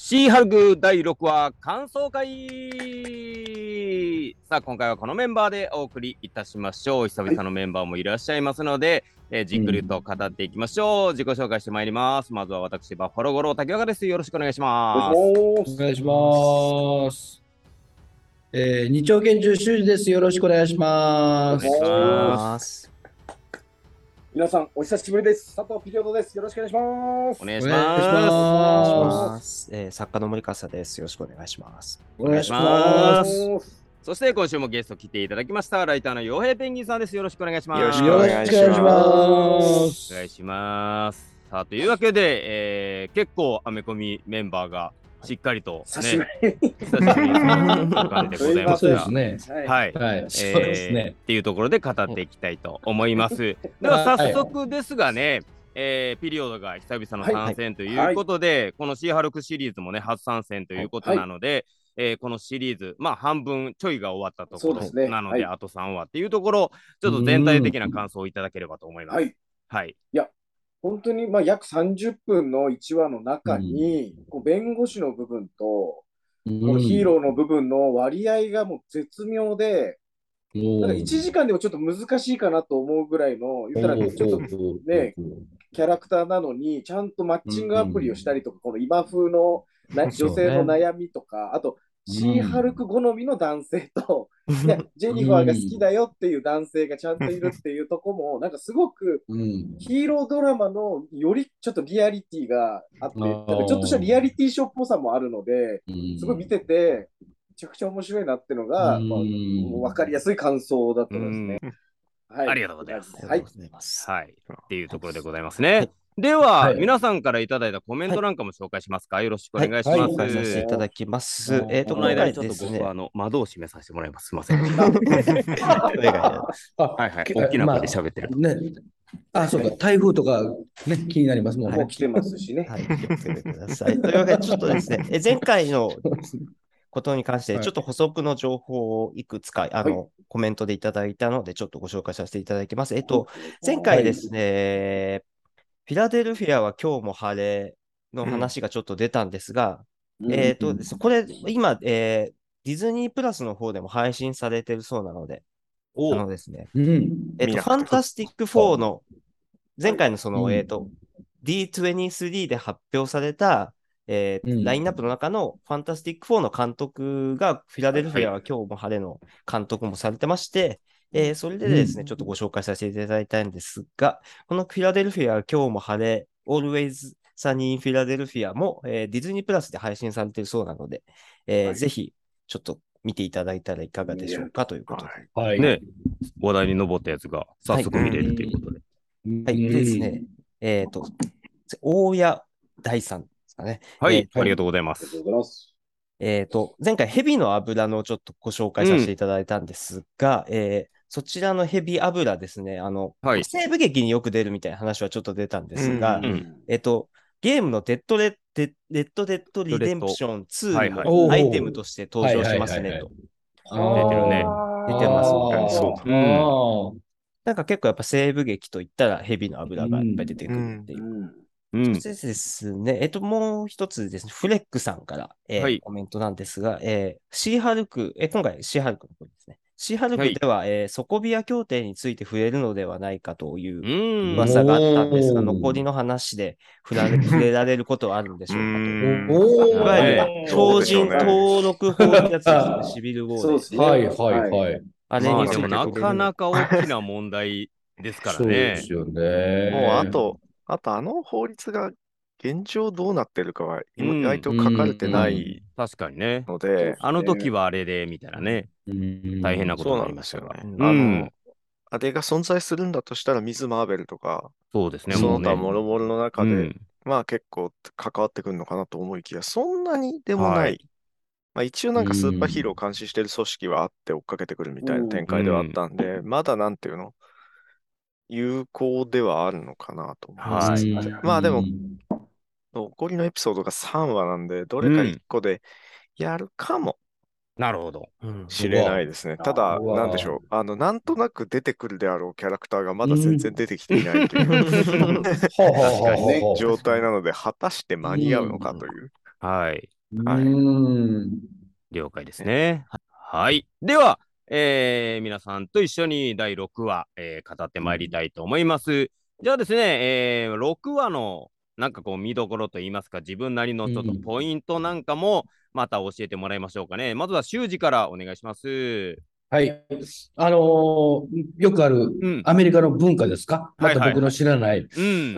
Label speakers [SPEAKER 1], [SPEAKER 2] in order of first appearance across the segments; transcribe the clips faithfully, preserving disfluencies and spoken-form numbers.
[SPEAKER 1] シーハルクだいろくわ感想会。さあ今回はこのメンバーでお送りいたしましょう。久々のメンバーもいらっしゃいますので、えーじっくりと語っていきましょう。自己紹介してまいります。まずは私バッファロー五郎竹岡です。よろしくお願いします。
[SPEAKER 2] お願いします。えー、二丁拳銃修二です。よろしくお願いします。
[SPEAKER 1] お願いします。
[SPEAKER 3] 皆さん、お久しぶりです。佐藤ピリオドです。よろしくお願いします。
[SPEAKER 1] お願いし
[SPEAKER 2] お願いし
[SPEAKER 1] ます。
[SPEAKER 2] ま。
[SPEAKER 4] ますす。えー作家の森笠です。よろしくお願いします。
[SPEAKER 2] お願いし
[SPEAKER 1] お
[SPEAKER 2] ます。
[SPEAKER 3] す。
[SPEAKER 1] そして今週もゲスト来ていただきましたライターの洋平ペンギンさんです。よろしくお願いします。
[SPEAKER 4] よろしく
[SPEAKER 2] よろし
[SPEAKER 4] お願いし
[SPEAKER 2] くお願いし
[SPEAKER 4] ま
[SPEAKER 2] ます。
[SPEAKER 1] お願いします。さあというわけで、えー、結構アメコミメンバーがしっかりと
[SPEAKER 3] 久しぶ
[SPEAKER 1] ね、
[SPEAKER 3] りに。
[SPEAKER 1] 久しぶりの感じでございますが
[SPEAKER 2] そうです、ね。
[SPEAKER 3] はい。
[SPEAKER 1] はい、
[SPEAKER 2] はい。
[SPEAKER 1] え
[SPEAKER 2] そうです
[SPEAKER 1] ー
[SPEAKER 2] ね。
[SPEAKER 1] っていうところで語っていきたいと思います。では早速ですがね、えーピリオドが久々の参戦ということで、このシーハルクシリーズもね初参戦ということなので、えーこのシリーズまあ半分ちょいが終わったところ
[SPEAKER 3] そうですね
[SPEAKER 1] なので、
[SPEAKER 3] はい
[SPEAKER 1] あとさんわっていうところちょっと全体的な感想をいただければと思います。
[SPEAKER 3] はい。
[SPEAKER 1] はい。
[SPEAKER 3] 本当に、まあ、約さんじゅっぷんのいちわの中に、こう弁護士の部分と、このヒーローの部分の割合がもう絶妙で、なんかいちじかんでもちょっと難しいかなと思うぐらいの、言ったらちょっとね、キャラクターなのに、ちゃんとマッチングアプリをしたりとか、この今風のな女性の悩みとか、あと、シーハルク好みの男性と、いや、ジェニファーが好きだよっていう男性がちゃんといるっていうとこも、なんかすごく
[SPEAKER 2] うん。
[SPEAKER 3] ヒーロードラマのよりちょっとリアリティがあって、
[SPEAKER 2] あー
[SPEAKER 3] なんかちょっとしたリアリティショーっぽさもあるので、すごい見てて、めちゃくちゃ面白いなっていうのが、
[SPEAKER 2] うん
[SPEAKER 3] まあ、もう分かりやすい感想だと思いますね。はい。
[SPEAKER 1] ありがとうございます
[SPEAKER 3] はい
[SPEAKER 4] ありがとう。ございます。
[SPEAKER 1] はい。っていうところでございますね。
[SPEAKER 4] はい
[SPEAKER 1] では、
[SPEAKER 2] はい
[SPEAKER 1] 皆さんからいただいたコメントなんかも紹介しますか。よろしくお願いします。
[SPEAKER 4] 紹介させていただきます。
[SPEAKER 2] はい
[SPEAKER 4] えっ、と、
[SPEAKER 1] この間
[SPEAKER 4] 今回
[SPEAKER 1] にちょっと僕
[SPEAKER 4] ですね。
[SPEAKER 1] はあの窓を閉めさせてもらいます。すみません。
[SPEAKER 4] お願い
[SPEAKER 2] あ、
[SPEAKER 1] はいはい
[SPEAKER 2] け
[SPEAKER 1] 大きな声で
[SPEAKER 2] まあ
[SPEAKER 1] 喋ってる
[SPEAKER 2] ね。あ、そうか。台風とかね、気になりますもんね。
[SPEAKER 3] もう来てますしね。
[SPEAKER 4] はい、気をつけてください。というわけで、ちょっとですね、え前回のことに関して、
[SPEAKER 2] はい
[SPEAKER 4] ちょっと補足の情報をいくつか、あの、
[SPEAKER 3] は
[SPEAKER 4] コメントでいただいたので、ちょっとご紹介させていただきます。えっと、前回ですね、フィラデルフィアは今日も晴れの話がちょっと出たんですが、えっとです、これ、今、えーディズニープラスの方でも配信されてるそうなので、あのですね、
[SPEAKER 2] うん。
[SPEAKER 4] えっと、ファンタスティックフォーの、前回のその、
[SPEAKER 2] うん
[SPEAKER 4] えっと、ディーにじゅうさん で発表された、えー
[SPEAKER 2] うん
[SPEAKER 4] ラインナップの中のファンタスティックフォーの監督が、フィラデルフィアは今日も晴れの監督もされてまして、えーそれでですね、
[SPEAKER 2] うん
[SPEAKER 4] ちょっとご紹介させていただいたいんですが、このフィラデルフィアは今日も晴れ、Always Sunny in Philadelphia も、えーディズニープラスで配信されているそうなので、えー
[SPEAKER 3] はい
[SPEAKER 4] ぜひちょっと見ていただいたらいかがでしょうかということで。
[SPEAKER 2] はい。
[SPEAKER 1] ね、話題に上ったやつが早速見れるということで。
[SPEAKER 4] はい。でですね、えっ、と、大谷大さんですかね。
[SPEAKER 1] はい、
[SPEAKER 4] えー
[SPEAKER 1] ありがとうございます
[SPEAKER 3] ありがとう。ございます。
[SPEAKER 4] えっ、と、前回ヘビの油のちょっとご紹介させていただいたんですが、えーそちらのヘビ油ですね、あの、
[SPEAKER 1] はい
[SPEAKER 4] 西部劇によく出るみたいな話はちょっと出たんですが、
[SPEAKER 1] うんうん
[SPEAKER 4] えっ、と、ゲームのデッドレッデレッドデッドリデンプションツーに
[SPEAKER 1] はいはい
[SPEAKER 4] もアイテムとして登場しますね
[SPEAKER 2] はいはいはい
[SPEAKER 4] と。
[SPEAKER 1] 出てるね
[SPEAKER 4] 出てます
[SPEAKER 2] あー
[SPEAKER 1] そう
[SPEAKER 2] あー
[SPEAKER 4] なんか結構やっぱ西部劇といったらヘビの油がいっぱい出てくるっていう。
[SPEAKER 3] うん。
[SPEAKER 1] うん
[SPEAKER 4] そしてですね、えっと、もう一つですね、フレックさんから、えー
[SPEAKER 1] はい
[SPEAKER 4] コメントなんですが、えーシーハルク、えー今回シーハルクの方ですね。シーハルクでは、えーソコビア協定について触れるのではないかという
[SPEAKER 1] うん。
[SPEAKER 4] 噂があったんですが、
[SPEAKER 2] おー
[SPEAKER 4] 残りの話で触られ触れられることはあるんでしょうかと。
[SPEAKER 2] お
[SPEAKER 4] いわゆる
[SPEAKER 1] ね
[SPEAKER 4] 超人登録法ってやつですね、シビルウォーで。
[SPEAKER 3] そうですね。
[SPEAKER 2] はいはいはい。
[SPEAKER 4] あれ
[SPEAKER 1] まあ
[SPEAKER 4] について
[SPEAKER 1] でもな
[SPEAKER 4] 触れるの
[SPEAKER 1] かなか大きな問題ですから
[SPEAKER 2] そう
[SPEAKER 1] ね
[SPEAKER 2] です。よね。
[SPEAKER 5] もうあと、あとあの法律が現状どうなってるかは
[SPEAKER 1] うん
[SPEAKER 5] 意外と書かれてな
[SPEAKER 2] うん
[SPEAKER 5] い
[SPEAKER 1] 確かにね。
[SPEAKER 5] ので、
[SPEAKER 1] あの時はあれでみたいなね。大変なこと
[SPEAKER 5] そうな
[SPEAKER 1] になりましたが。
[SPEAKER 5] んですよね。
[SPEAKER 4] うん
[SPEAKER 5] あ
[SPEAKER 1] うん
[SPEAKER 5] の、あれが存在するんだとしたら、ミズ・マーベルとか、
[SPEAKER 1] そうですね、
[SPEAKER 5] その
[SPEAKER 1] もうね。
[SPEAKER 5] 他もろもろの中で、
[SPEAKER 1] うん
[SPEAKER 5] まあ結構関わってくるのかなと思いきや、そんなにでもない。
[SPEAKER 1] はい
[SPEAKER 5] まあ一応なんかスーパーヒーローを監視してる組織はあって追っかけてくるみたいな展開ではあったんで、まだなんていうの、有効ではあるのかなと思います。
[SPEAKER 1] はい
[SPEAKER 5] まあでも、残りのエピソードがさんわなんで、どれかいっこでやるかも
[SPEAKER 1] なるほど。
[SPEAKER 4] うん
[SPEAKER 5] しれないですね。ただ、
[SPEAKER 2] うわ
[SPEAKER 5] なんでしょう。あの、なんとなく出てくるであろうキャラクターがまだ全然出てきていないという
[SPEAKER 2] はあはあはあはあ
[SPEAKER 5] 状態なので、果たして間に合うのかという。
[SPEAKER 1] はい。
[SPEAKER 2] はい。うん。
[SPEAKER 1] 了解ですね。はい。では、えー、皆さんと一緒にだいろくわ、えー、語ってまいりたいと思います。じゃあですね、えー、ろくわのなんかこう見どころといいますか、自分なりのちょっとポイントなんかもまた教えてもらいましょうかね。まずは修二からお願いします。
[SPEAKER 2] はい。あのーよくある
[SPEAKER 1] うん。
[SPEAKER 2] アメリカの文化ですか、ま
[SPEAKER 1] はいはいはい。
[SPEAKER 2] た僕の知らない、
[SPEAKER 1] うん。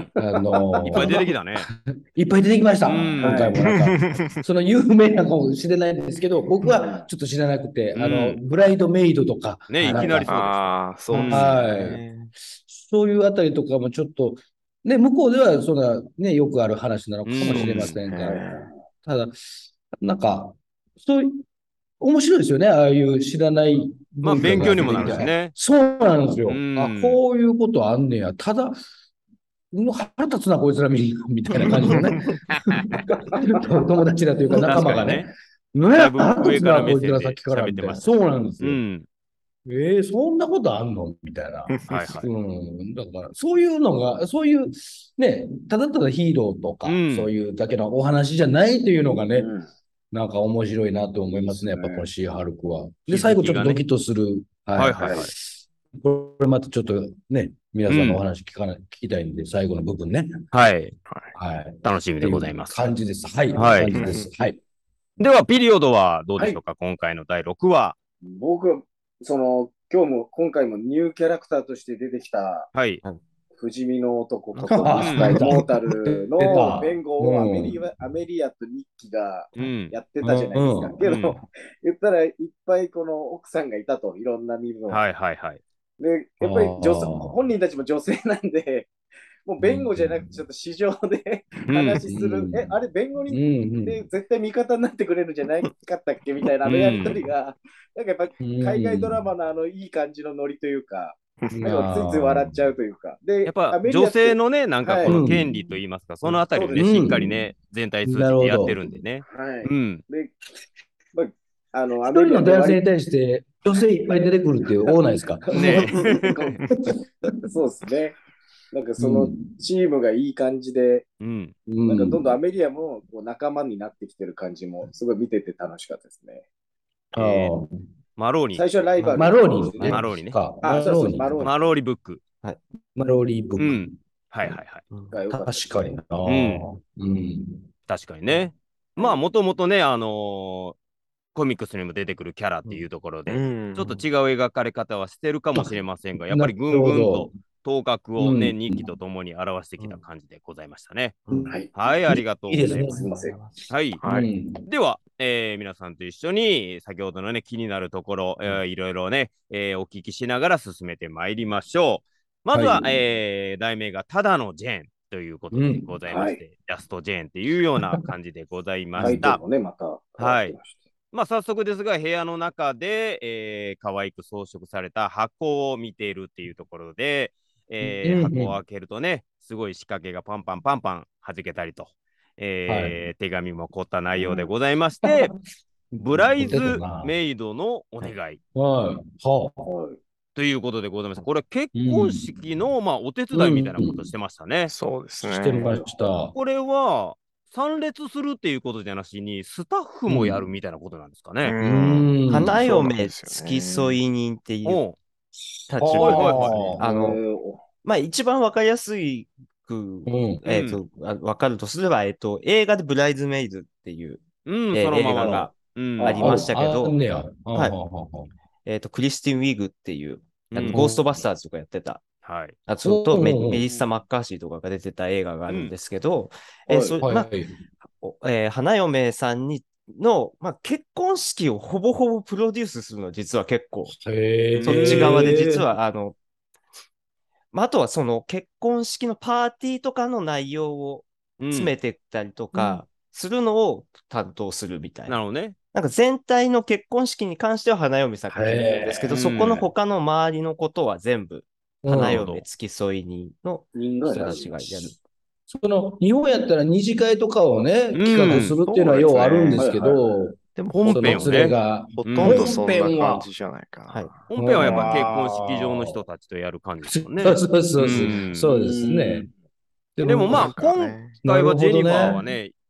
[SPEAKER 2] あの
[SPEAKER 1] いっぱい出てき
[SPEAKER 2] ー
[SPEAKER 1] たね。
[SPEAKER 2] いっぱい出てきまし
[SPEAKER 1] う
[SPEAKER 2] た。今回
[SPEAKER 1] ん。
[SPEAKER 2] もなんか、その有名なかもしれないんですけど、僕はちょっと知らなくて、あの、
[SPEAKER 1] うん。
[SPEAKER 2] ブライドメイドとか、
[SPEAKER 1] ね、い
[SPEAKER 4] はい。
[SPEAKER 1] きなり
[SPEAKER 2] なんか、
[SPEAKER 1] そうでした。
[SPEAKER 5] ああ、そうです
[SPEAKER 2] はい。
[SPEAKER 5] ね。
[SPEAKER 2] そういうあたりとかもちょっと、ね、向こうではそんな、ね、よくある話なの
[SPEAKER 1] う
[SPEAKER 2] かもしれま
[SPEAKER 1] ん。
[SPEAKER 2] せんが、
[SPEAKER 5] ね
[SPEAKER 2] ただ、なんか、そういう、面白いですよね。ああいう知らない
[SPEAKER 1] まあ、
[SPEAKER 2] 文化
[SPEAKER 1] 勉強にもな
[SPEAKER 2] が出てきて。あ、
[SPEAKER 1] るしね。
[SPEAKER 2] そうなんです
[SPEAKER 1] う
[SPEAKER 2] よ。あ、
[SPEAKER 1] ん。
[SPEAKER 2] こういうことあんねや。ただ、もう腹立つな、こいつらみんな、みたいな感じのね。友達らというか仲間がね。
[SPEAKER 1] 確かにね。
[SPEAKER 2] ね、
[SPEAKER 1] だいぶ
[SPEAKER 2] 腹立つな、
[SPEAKER 1] 上から目
[SPEAKER 2] こいつらさっ
[SPEAKER 1] 線で
[SPEAKER 2] きからみたいな。
[SPEAKER 1] 喋ってましたし。
[SPEAKER 2] そうなんですよ。
[SPEAKER 1] うん。
[SPEAKER 2] えー、そんなことあんのみたいな。
[SPEAKER 1] はいはい。
[SPEAKER 2] うん。だから、そういうのが、そういう、ね、ただただヒーローとか、
[SPEAKER 1] うん。
[SPEAKER 2] そういうだけのお話じゃないというのがね、
[SPEAKER 3] うん。
[SPEAKER 2] なんか面白いなと思いますね。やっぱこの
[SPEAKER 3] いいですね。
[SPEAKER 2] シーハルクは。で、
[SPEAKER 1] 気
[SPEAKER 2] 最
[SPEAKER 1] づきがね。
[SPEAKER 2] 後ちょっとドキッとする。はい。
[SPEAKER 3] はい。
[SPEAKER 1] はいはいはい。
[SPEAKER 2] これまたちょっとね、皆さんのお
[SPEAKER 1] うん。
[SPEAKER 2] 話聞かな、聞きたいんで、最後の部分ね。
[SPEAKER 1] はい。
[SPEAKER 2] はい。っ
[SPEAKER 1] 楽しみで
[SPEAKER 2] ていう
[SPEAKER 1] ございます。
[SPEAKER 2] 感じです。はい。
[SPEAKER 1] はい。
[SPEAKER 2] 感じです。はい。
[SPEAKER 1] では、ピリオドはどう
[SPEAKER 3] はい。
[SPEAKER 1] でしょうか、今回のだいろくわ。
[SPEAKER 3] 僕は、その、今日も、今回もニューキャラクターとして出てきた、
[SPEAKER 1] はい。
[SPEAKER 3] 不死身の男こ
[SPEAKER 2] は
[SPEAKER 3] とミスターイ
[SPEAKER 2] は出た。
[SPEAKER 3] モータルの
[SPEAKER 2] 出た。
[SPEAKER 3] 弁護をアメリ
[SPEAKER 2] うん。
[SPEAKER 3] ア、アメリアとニッキが
[SPEAKER 1] うん。
[SPEAKER 3] やって
[SPEAKER 2] う
[SPEAKER 3] たじゃないですか。
[SPEAKER 2] ん。
[SPEAKER 3] けど、
[SPEAKER 1] うん。
[SPEAKER 3] 言ったらいっぱいこの奥さんがいたと、いろんな身分を。
[SPEAKER 1] はいはいはい。
[SPEAKER 3] で、
[SPEAKER 2] あ
[SPEAKER 3] やっぱり女性、
[SPEAKER 2] あ。
[SPEAKER 3] 本人たちも女性なんで、もう
[SPEAKER 2] うん。
[SPEAKER 3] 弁護じゃなくて、ちょっと市場で
[SPEAKER 1] うん。
[SPEAKER 3] 話する、え、
[SPEAKER 2] うん。
[SPEAKER 3] あれ、弁護
[SPEAKER 2] う
[SPEAKER 3] 人って
[SPEAKER 2] ん。
[SPEAKER 3] 絶対味方になってくれるんじゃないかったっけみたいな、
[SPEAKER 1] う
[SPEAKER 3] あのやりとり
[SPEAKER 1] ん。
[SPEAKER 3] が、なんかやっぱ
[SPEAKER 2] う
[SPEAKER 3] 海外ドラ
[SPEAKER 2] ん。
[SPEAKER 3] マのあのいい感じのノリというか、
[SPEAKER 2] うん。
[SPEAKER 3] なんかついつい
[SPEAKER 2] ああ。
[SPEAKER 3] 笑っちゃうというか。で、
[SPEAKER 1] やっぱ
[SPEAKER 3] アメリ
[SPEAKER 1] 女
[SPEAKER 3] アって、
[SPEAKER 1] 性のね、なんか
[SPEAKER 3] はい、
[SPEAKER 1] この
[SPEAKER 2] う
[SPEAKER 1] 権利といい
[SPEAKER 2] ん。
[SPEAKER 1] ますか、そのあたりをね、
[SPEAKER 3] そうです。
[SPEAKER 1] しっ
[SPEAKER 2] うん。
[SPEAKER 1] かりね、全体通
[SPEAKER 2] な
[SPEAKER 1] じてやって
[SPEAKER 2] るほど。
[SPEAKER 1] るんでね。
[SPEAKER 3] はい。
[SPEAKER 1] うん。
[SPEAKER 3] で、まあ、あの、アメ
[SPEAKER 2] 一人
[SPEAKER 3] リアね、割
[SPEAKER 2] の男性に対して女性いっぱい出てくるっていう多ないですか？
[SPEAKER 1] ね
[SPEAKER 3] そうですね。なんかその
[SPEAKER 2] うん。
[SPEAKER 3] チームがいい感じで、
[SPEAKER 1] うん。
[SPEAKER 2] う
[SPEAKER 3] なんかどんどんア
[SPEAKER 2] ん。
[SPEAKER 3] メリアもこう仲間になってきてる感じも、すごい見てて楽しかったですね。
[SPEAKER 2] あ
[SPEAKER 1] えー、
[SPEAKER 2] あ。
[SPEAKER 1] マローニ。
[SPEAKER 3] 最初はライバル
[SPEAKER 2] マローニーね。
[SPEAKER 1] マローニね。
[SPEAKER 2] か。マ
[SPEAKER 3] あ、そうそう、
[SPEAKER 2] ローニー。
[SPEAKER 3] マローニ
[SPEAKER 1] マローリブック。
[SPEAKER 4] はい。
[SPEAKER 2] マローリーブック。
[SPEAKER 1] うん。はいはいはい。
[SPEAKER 3] が良かったですね。
[SPEAKER 2] 確かにな。
[SPEAKER 1] うん。
[SPEAKER 2] うん。
[SPEAKER 1] 確かにね。まあ、もともとね、あのーコミックスにも出てくるキャラっていうところ
[SPEAKER 5] う
[SPEAKER 1] で、ちょっと
[SPEAKER 5] ん。
[SPEAKER 1] 違う描かれ方はしてるかもしれませんが、やっぱ
[SPEAKER 2] なる
[SPEAKER 1] りぐんぐんと
[SPEAKER 2] ほど。
[SPEAKER 1] 頭角をね、
[SPEAKER 2] うん。
[SPEAKER 1] 日記とともに表してきた感じでございましたね。
[SPEAKER 4] うん
[SPEAKER 3] はい。
[SPEAKER 1] はい、ありがとう
[SPEAKER 2] いいですね。
[SPEAKER 1] ございます。
[SPEAKER 3] すみません。
[SPEAKER 1] はい。
[SPEAKER 2] う
[SPEAKER 5] はい。
[SPEAKER 2] ん。
[SPEAKER 1] では、えー皆さんと一緒に先ほどのね、気になるところ、えーいろいろね、えーお聞きしながら進めてまいりましょう。まずは、
[SPEAKER 2] はい。
[SPEAKER 1] えー題名がただのジェーンということ
[SPEAKER 2] うん。
[SPEAKER 1] でございま
[SPEAKER 3] はい。
[SPEAKER 1] して、ジャストジェーンっていうような感じでございま
[SPEAKER 2] うん。
[SPEAKER 1] した。
[SPEAKER 3] タイトルもね、また変わ
[SPEAKER 1] はい。
[SPEAKER 3] ってました。
[SPEAKER 1] まあ、早速ですが、部屋の中で、えー、可愛く装飾された箱を見ているっていうところで、
[SPEAKER 2] う
[SPEAKER 1] えー箱を開
[SPEAKER 2] ん。
[SPEAKER 1] けるとね、すごい仕掛けがパンパンパンパン弾けたりと、
[SPEAKER 2] はい。
[SPEAKER 1] えー手紙も凝った内容で
[SPEAKER 3] うん。
[SPEAKER 1] ございまして、ブライ
[SPEAKER 2] 凝ってた
[SPEAKER 1] ズ
[SPEAKER 2] な。
[SPEAKER 1] メイドのお
[SPEAKER 4] はい。
[SPEAKER 1] 願い
[SPEAKER 2] はい。はあ。
[SPEAKER 3] はい。
[SPEAKER 1] ということでございます。これ、結
[SPEAKER 2] う
[SPEAKER 1] 婚
[SPEAKER 2] ん。
[SPEAKER 1] 式の、まあ、お手伝いみたい
[SPEAKER 2] うん。
[SPEAKER 1] なことしてましたね。
[SPEAKER 5] そうです
[SPEAKER 2] して
[SPEAKER 5] ね。
[SPEAKER 2] ま
[SPEAKER 3] はい。
[SPEAKER 2] した。
[SPEAKER 1] これは、参列するっていうことじゃなしに、スタッフもやる
[SPEAKER 2] うん。
[SPEAKER 1] みたいなことなんですか
[SPEAKER 5] う
[SPEAKER 1] ね。
[SPEAKER 2] う
[SPEAKER 5] ん。
[SPEAKER 2] ん。
[SPEAKER 4] 花嫁
[SPEAKER 5] そうなんですよ
[SPEAKER 4] 付き添
[SPEAKER 5] ね。
[SPEAKER 4] い人っていう
[SPEAKER 1] おう。
[SPEAKER 4] 立場で
[SPEAKER 1] はいはいはい。
[SPEAKER 4] ですね、
[SPEAKER 2] はあ。
[SPEAKER 4] あの、
[SPEAKER 3] えー、お
[SPEAKER 4] まあ一番わかりやすいく、
[SPEAKER 2] うん。
[SPEAKER 1] うん。
[SPEAKER 4] えっと、あわかるとすれば、えっと、映画でブライズメイズっていう、
[SPEAKER 1] うん、
[SPEAKER 4] えー
[SPEAKER 1] そのままの。
[SPEAKER 4] 映画が
[SPEAKER 3] あ、
[SPEAKER 1] うん。
[SPEAKER 4] ありま
[SPEAKER 3] あるんですね。
[SPEAKER 4] したけど、
[SPEAKER 2] あんねや。はあ
[SPEAKER 4] はい。
[SPEAKER 2] はあはあ。
[SPEAKER 4] えっと、クリスティン・ウィグっていう、あの、
[SPEAKER 1] うん。
[SPEAKER 4] ゴーストバ
[SPEAKER 3] うん。
[SPEAKER 4] スターズとかやってた、
[SPEAKER 1] はい。
[SPEAKER 4] あ、そうとメ、メ
[SPEAKER 2] お
[SPEAKER 4] リッサ・マ
[SPEAKER 3] うん。
[SPEAKER 4] ッカーシーとかが出てた映画があるんで
[SPEAKER 1] うん。
[SPEAKER 4] すけど、えー
[SPEAKER 3] はい。
[SPEAKER 4] それ、
[SPEAKER 2] お。は
[SPEAKER 4] まあ、
[SPEAKER 2] い。
[SPEAKER 4] おえー花嫁さんに、の、まあ、結婚式をほぼほぼプロデュースするのは実は結構、そっち側で実
[SPEAKER 2] へえ。
[SPEAKER 4] は、あの、まあ、あとはその結婚式のパーティーとかの内容を
[SPEAKER 1] うん。
[SPEAKER 4] 詰めていったりと
[SPEAKER 3] うん。
[SPEAKER 4] かするのを担当するみたいな。
[SPEAKER 1] なるほどね。
[SPEAKER 4] なんか全体の結婚式に関しては花嫁さんが決めるんですけ
[SPEAKER 2] へ
[SPEAKER 4] ど、
[SPEAKER 1] う
[SPEAKER 4] そこの
[SPEAKER 1] ん。
[SPEAKER 4] 他の周りのことは全部
[SPEAKER 2] え。
[SPEAKER 4] 花
[SPEAKER 1] なるほど。
[SPEAKER 4] 嫁付き添い人の
[SPEAKER 3] 人がやる。
[SPEAKER 4] 人たちがやる。
[SPEAKER 2] その、日本やったら二次会とかをね、
[SPEAKER 1] う
[SPEAKER 2] 企画す
[SPEAKER 1] ん。
[SPEAKER 2] るっていうのは
[SPEAKER 5] そうです
[SPEAKER 2] ようあるんで
[SPEAKER 5] ね。
[SPEAKER 2] すけ
[SPEAKER 3] はいはいはい。
[SPEAKER 2] ど、
[SPEAKER 4] でも、ほ、
[SPEAKER 1] 本
[SPEAKER 2] その連れ
[SPEAKER 1] 編をね。
[SPEAKER 2] が、
[SPEAKER 5] ほとんど
[SPEAKER 1] うん。
[SPEAKER 2] 本
[SPEAKER 5] そんな
[SPEAKER 2] 編は、
[SPEAKER 5] 感じじゃないか
[SPEAKER 4] はい。
[SPEAKER 5] な。
[SPEAKER 1] 本編はやっぱ結婚式場の人
[SPEAKER 2] あ
[SPEAKER 1] たちとやる感じで
[SPEAKER 2] あ、
[SPEAKER 1] すもんね。
[SPEAKER 2] そうそう
[SPEAKER 1] う
[SPEAKER 2] そうそう、
[SPEAKER 1] ん。
[SPEAKER 2] そうですね。
[SPEAKER 3] ん。
[SPEAKER 2] でも、
[SPEAKER 1] でもまあ、
[SPEAKER 5] なんか
[SPEAKER 1] 今
[SPEAKER 5] ね。
[SPEAKER 1] 回は
[SPEAKER 2] なるほ
[SPEAKER 1] ジェニファー
[SPEAKER 2] どね。
[SPEAKER 1] はね、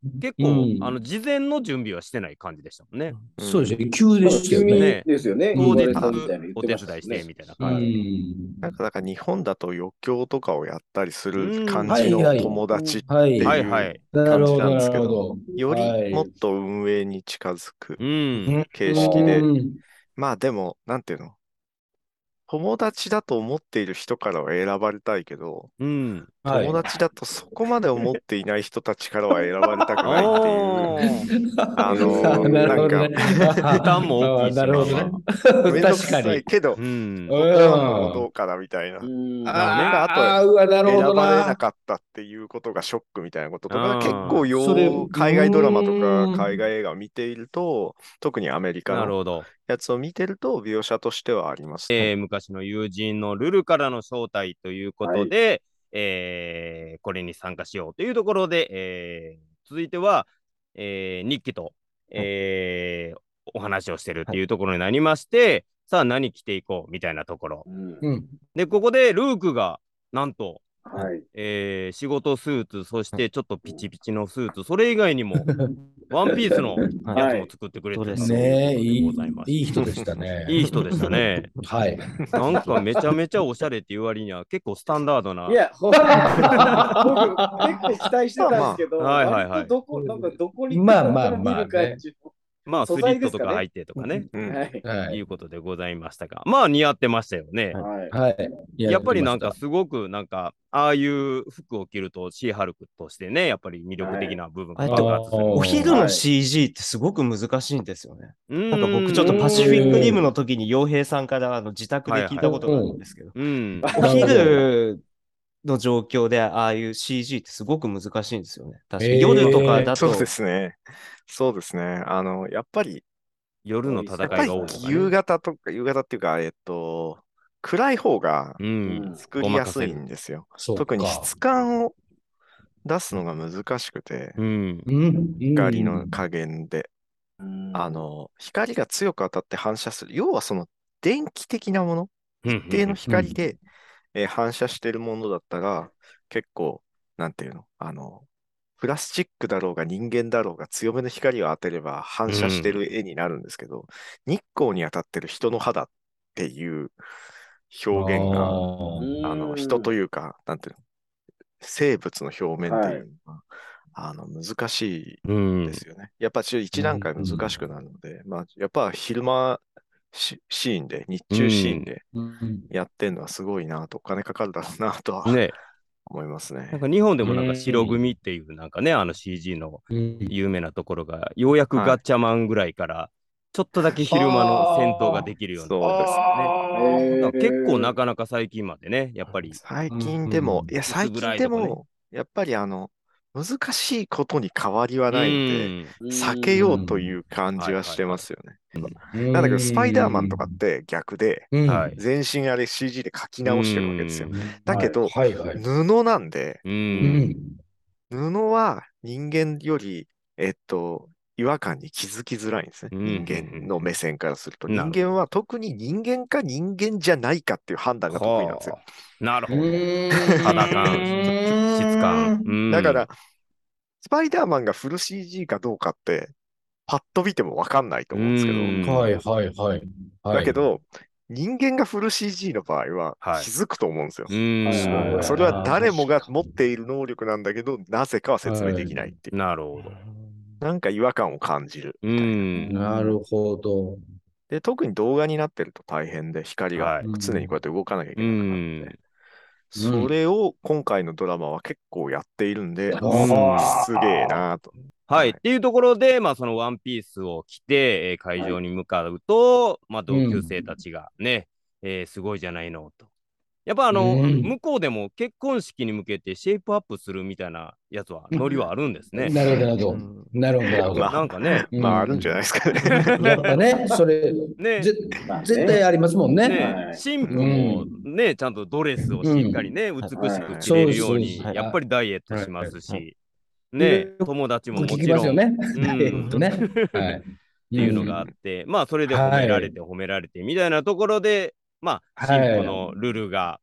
[SPEAKER 1] 結構、
[SPEAKER 2] うん
[SPEAKER 1] あの事前の準備はしてない感じでしたもんね。
[SPEAKER 2] そうですね。急でしたよ
[SPEAKER 3] 急に
[SPEAKER 2] ね。
[SPEAKER 3] ですよね。
[SPEAKER 1] 当日
[SPEAKER 3] 言われたみたいな言っ
[SPEAKER 1] お
[SPEAKER 3] てました
[SPEAKER 1] 手伝いして
[SPEAKER 3] ね。
[SPEAKER 1] みたいな
[SPEAKER 2] う
[SPEAKER 1] 感じで。
[SPEAKER 2] ん。
[SPEAKER 5] なんか、だから日本だと余興とかをやったりする
[SPEAKER 1] うん
[SPEAKER 5] 感じの
[SPEAKER 2] はいはい
[SPEAKER 5] 友達って
[SPEAKER 2] はい
[SPEAKER 1] はいはい
[SPEAKER 5] いう感じ
[SPEAKER 2] なるほど、
[SPEAKER 5] なんですけど、
[SPEAKER 2] なるほど。
[SPEAKER 5] より
[SPEAKER 2] はい
[SPEAKER 5] もっと運営に近づく
[SPEAKER 1] うん。
[SPEAKER 5] 形式で、
[SPEAKER 2] うん
[SPEAKER 5] まあでも、なんていうの、友達だと思っている人からは選ばれたいけど、
[SPEAKER 1] うん。
[SPEAKER 2] はい
[SPEAKER 5] 友達だとそこまで思っていない人たちからは選ばれたくないっていう、
[SPEAKER 1] ああ。
[SPEAKER 5] あのー
[SPEAKER 2] なるほど
[SPEAKER 5] なん
[SPEAKER 2] ね。
[SPEAKER 1] 負担も大きいし、
[SPEAKER 2] なるほどね。
[SPEAKER 1] まあまあ。
[SPEAKER 5] めんどく
[SPEAKER 2] 確かに
[SPEAKER 5] さい。けど
[SPEAKER 1] う、ん。
[SPEAKER 5] 断るのもどうかなみたいな。
[SPEAKER 3] うん。
[SPEAKER 1] なるほどね
[SPEAKER 5] なんかあと
[SPEAKER 2] ああ、うわ、なるほど
[SPEAKER 5] 選ばれな
[SPEAKER 2] な。
[SPEAKER 5] かったっていうことがショックみたいなこととか、
[SPEAKER 1] あー
[SPEAKER 5] 結構
[SPEAKER 2] それ
[SPEAKER 5] よう海外ドラマとか
[SPEAKER 2] うーん
[SPEAKER 5] 海外映画を見ていると、特にアメリカの
[SPEAKER 1] なるほど。
[SPEAKER 5] やつを見てると描写としてはありますね。
[SPEAKER 1] えー昔の友人のルルからの招待ということで、えーこれに参加しようというところで、えー続いては、えー日記と、えーお話をしてるっていうところになりまして、さあ何着ていこうみたいなところ。
[SPEAKER 3] うん
[SPEAKER 2] うん。
[SPEAKER 1] で、ここでルークがなんと、
[SPEAKER 3] はい。
[SPEAKER 1] えー仕事スーツ、そしてちょっとピチピチのスーツ、それ以外にもワンピースのやつも作ってくれてたと
[SPEAKER 2] ねえ、
[SPEAKER 1] いう
[SPEAKER 2] い
[SPEAKER 1] ことでございま
[SPEAKER 2] い、いい
[SPEAKER 1] す。
[SPEAKER 2] 人でしたね。
[SPEAKER 1] いい人でしたね。
[SPEAKER 2] はい。
[SPEAKER 1] なんかめちゃめちゃおしゃれっていう割には結構スタンダードな。
[SPEAKER 3] いや、ほん僕、結構期待してたんですけど、
[SPEAKER 1] まあまあはいはいはい
[SPEAKER 3] 割とどこ、なんかどこに
[SPEAKER 2] まあまあまあね
[SPEAKER 3] 見る感じも
[SPEAKER 1] まあス
[SPEAKER 3] 素
[SPEAKER 1] リットと
[SPEAKER 3] 材ですかね
[SPEAKER 1] か入ってとかね、
[SPEAKER 5] うん
[SPEAKER 3] はい。
[SPEAKER 2] はい
[SPEAKER 1] いうことでございましたが、まあ似合ってましたよね。
[SPEAKER 3] はい。
[SPEAKER 2] はい。
[SPEAKER 1] やっぱりなんか
[SPEAKER 2] やって
[SPEAKER 1] すごくなんかああいう服を着るとシーハルクとしてね、やっぱり魅力的な部分が
[SPEAKER 4] えっと
[SPEAKER 1] 爆発する。
[SPEAKER 2] あー
[SPEAKER 4] お昼の シージー ってすごく難しいんですよね。
[SPEAKER 1] な
[SPEAKER 4] なんか僕ちょっとパシフィックリムの時に洋平さんからあの自宅で聞いたことがあるんですけど、
[SPEAKER 1] うん。
[SPEAKER 4] お昼の状況でああいう シージー ってすごく難しいんですよね。確かに
[SPEAKER 2] へー
[SPEAKER 4] 夜とかだと、
[SPEAKER 5] そうですね。そうですね。あの、やっぱり、
[SPEAKER 1] 夜の戦
[SPEAKER 5] やっぱり
[SPEAKER 1] いが多いとか
[SPEAKER 5] 夕
[SPEAKER 1] ね。
[SPEAKER 5] 方とか、夕方っていうか、えっと、暗い方が
[SPEAKER 1] うん。
[SPEAKER 5] 作りやすいんですよ。
[SPEAKER 2] そうか
[SPEAKER 5] 特に質感を出すのが難しくて、
[SPEAKER 1] うん。
[SPEAKER 2] うん。
[SPEAKER 5] 光の加減で、
[SPEAKER 3] うん
[SPEAKER 5] あ、の、光が強く当たって反射する。要はその電気的なもの、
[SPEAKER 1] 一
[SPEAKER 5] 一定の光で、えー反射してるものだったら、結構、なんていうの、あの、プラスチックだろうが人間だろうが強めの光を当てれば反射してる絵になるんですけど、日光に当たってる人の肌っていう表現が、あの、人と
[SPEAKER 3] う
[SPEAKER 5] いうか、なんていうの、生物の表面っていうのが、あの、難しい
[SPEAKER 1] うん
[SPEAKER 5] ですよね。やっぱちょ一段階難しくなるので、まあ、やっぱ昼間シシーンで、日中シーンで
[SPEAKER 2] うん
[SPEAKER 5] やってんのはすごいなと、お金かかるだろうなとは
[SPEAKER 1] ね。
[SPEAKER 5] 思いますね。
[SPEAKER 1] なんか日本でもなんか白組っていうなんかね、あの シージー の
[SPEAKER 2] うん
[SPEAKER 1] 有名なところが、ようやくガッチャマンぐらいから、ちょっとだけ昼間の戦闘ができるようにな
[SPEAKER 5] そうですね。
[SPEAKER 3] へー
[SPEAKER 1] だから結構なかなか最近までね、やっぱり。
[SPEAKER 5] 最近でも、
[SPEAKER 2] うん
[SPEAKER 5] いや、最近で
[SPEAKER 1] 薄暗いとこね
[SPEAKER 5] も、やっぱりあの、難しいことに変わりはないので、
[SPEAKER 1] うん
[SPEAKER 5] 避けようという感じはしてますよね。
[SPEAKER 2] うん
[SPEAKER 5] なんだけど、スパイダーマンとかって逆で、
[SPEAKER 2] うん
[SPEAKER 1] はい
[SPEAKER 5] 全身あれ シージー で書き直してるわけですよ。
[SPEAKER 1] うん
[SPEAKER 5] だけど、
[SPEAKER 2] はいはい。
[SPEAKER 5] 布なんで、
[SPEAKER 1] う。
[SPEAKER 2] うんん。
[SPEAKER 5] 布は人間より、えっと、違和感に気づきづらいんですね。
[SPEAKER 1] うん
[SPEAKER 5] 人間の目線からすると。
[SPEAKER 1] なるほど
[SPEAKER 5] 人間は特に人間か人間じゃないかっていう判断が得意なんですよ。
[SPEAKER 1] なるほど。
[SPEAKER 2] 肌
[SPEAKER 1] 肌感、質感。うん
[SPEAKER 5] だから、スパイダーマンがフル シージー かどうかって、パッと見てもわかんないと思うんですけど、
[SPEAKER 1] うん
[SPEAKER 2] はいはいはい。
[SPEAKER 5] だけど、人間がフル シージー の場合は
[SPEAKER 1] はい
[SPEAKER 5] 気づくと思うんですよ。
[SPEAKER 1] うん
[SPEAKER 3] はい
[SPEAKER 5] それは誰もが持っている能力なんだけど、なぜかは説明できないっていう。
[SPEAKER 1] なるほど。
[SPEAKER 5] なんか違和感を感じる
[SPEAKER 1] う
[SPEAKER 5] みたいな。
[SPEAKER 1] ん。
[SPEAKER 2] なるほど。
[SPEAKER 5] で、特に動画になってると大変で、光が
[SPEAKER 1] はい
[SPEAKER 5] 常にこうやって動かなきゃいけなくなるので、
[SPEAKER 2] うん
[SPEAKER 5] それを今回のドラマは結構やっているんで、
[SPEAKER 2] うん
[SPEAKER 5] すげえなと。
[SPEAKER 1] はい。
[SPEAKER 5] はい
[SPEAKER 1] っていうところで、まあ、そのワンピースを着て、えー会場に向かうと、まあ、同級生たちがね、えーすごいじゃないのと。やっぱあの、
[SPEAKER 2] うん
[SPEAKER 1] 向こうでも結婚式に向けてシェイプアップするみたいなやつは、ノリはあるんですね。
[SPEAKER 2] なるほど、なるほど。なるほど、なるほど。
[SPEAKER 5] まあ
[SPEAKER 1] なんかね、
[SPEAKER 2] うん
[SPEAKER 5] まあ、あるんじゃないですかね。
[SPEAKER 2] やっぱね、それ、
[SPEAKER 1] ね
[SPEAKER 2] ぜ
[SPEAKER 3] まあね
[SPEAKER 2] 絶対ありますもんね。
[SPEAKER 1] ね
[SPEAKER 3] はい
[SPEAKER 1] 新婦もね、ちゃんとドレスをしっかりね、
[SPEAKER 4] ん
[SPEAKER 1] 美し
[SPEAKER 3] はい
[SPEAKER 1] く着れるように、
[SPEAKER 2] そうですそうです
[SPEAKER 1] やっぱりダイエットします
[SPEAKER 4] はい
[SPEAKER 1] し、ね、
[SPEAKER 2] よ
[SPEAKER 1] 友達もも
[SPEAKER 2] 聞き
[SPEAKER 1] ちろん、
[SPEAKER 2] ますよね。
[SPEAKER 1] うん
[SPEAKER 2] ダイエットね。はい。っ
[SPEAKER 1] っていうのがあって、まあそれで褒められて褒められてみたいなところで、まあ新婦のルルが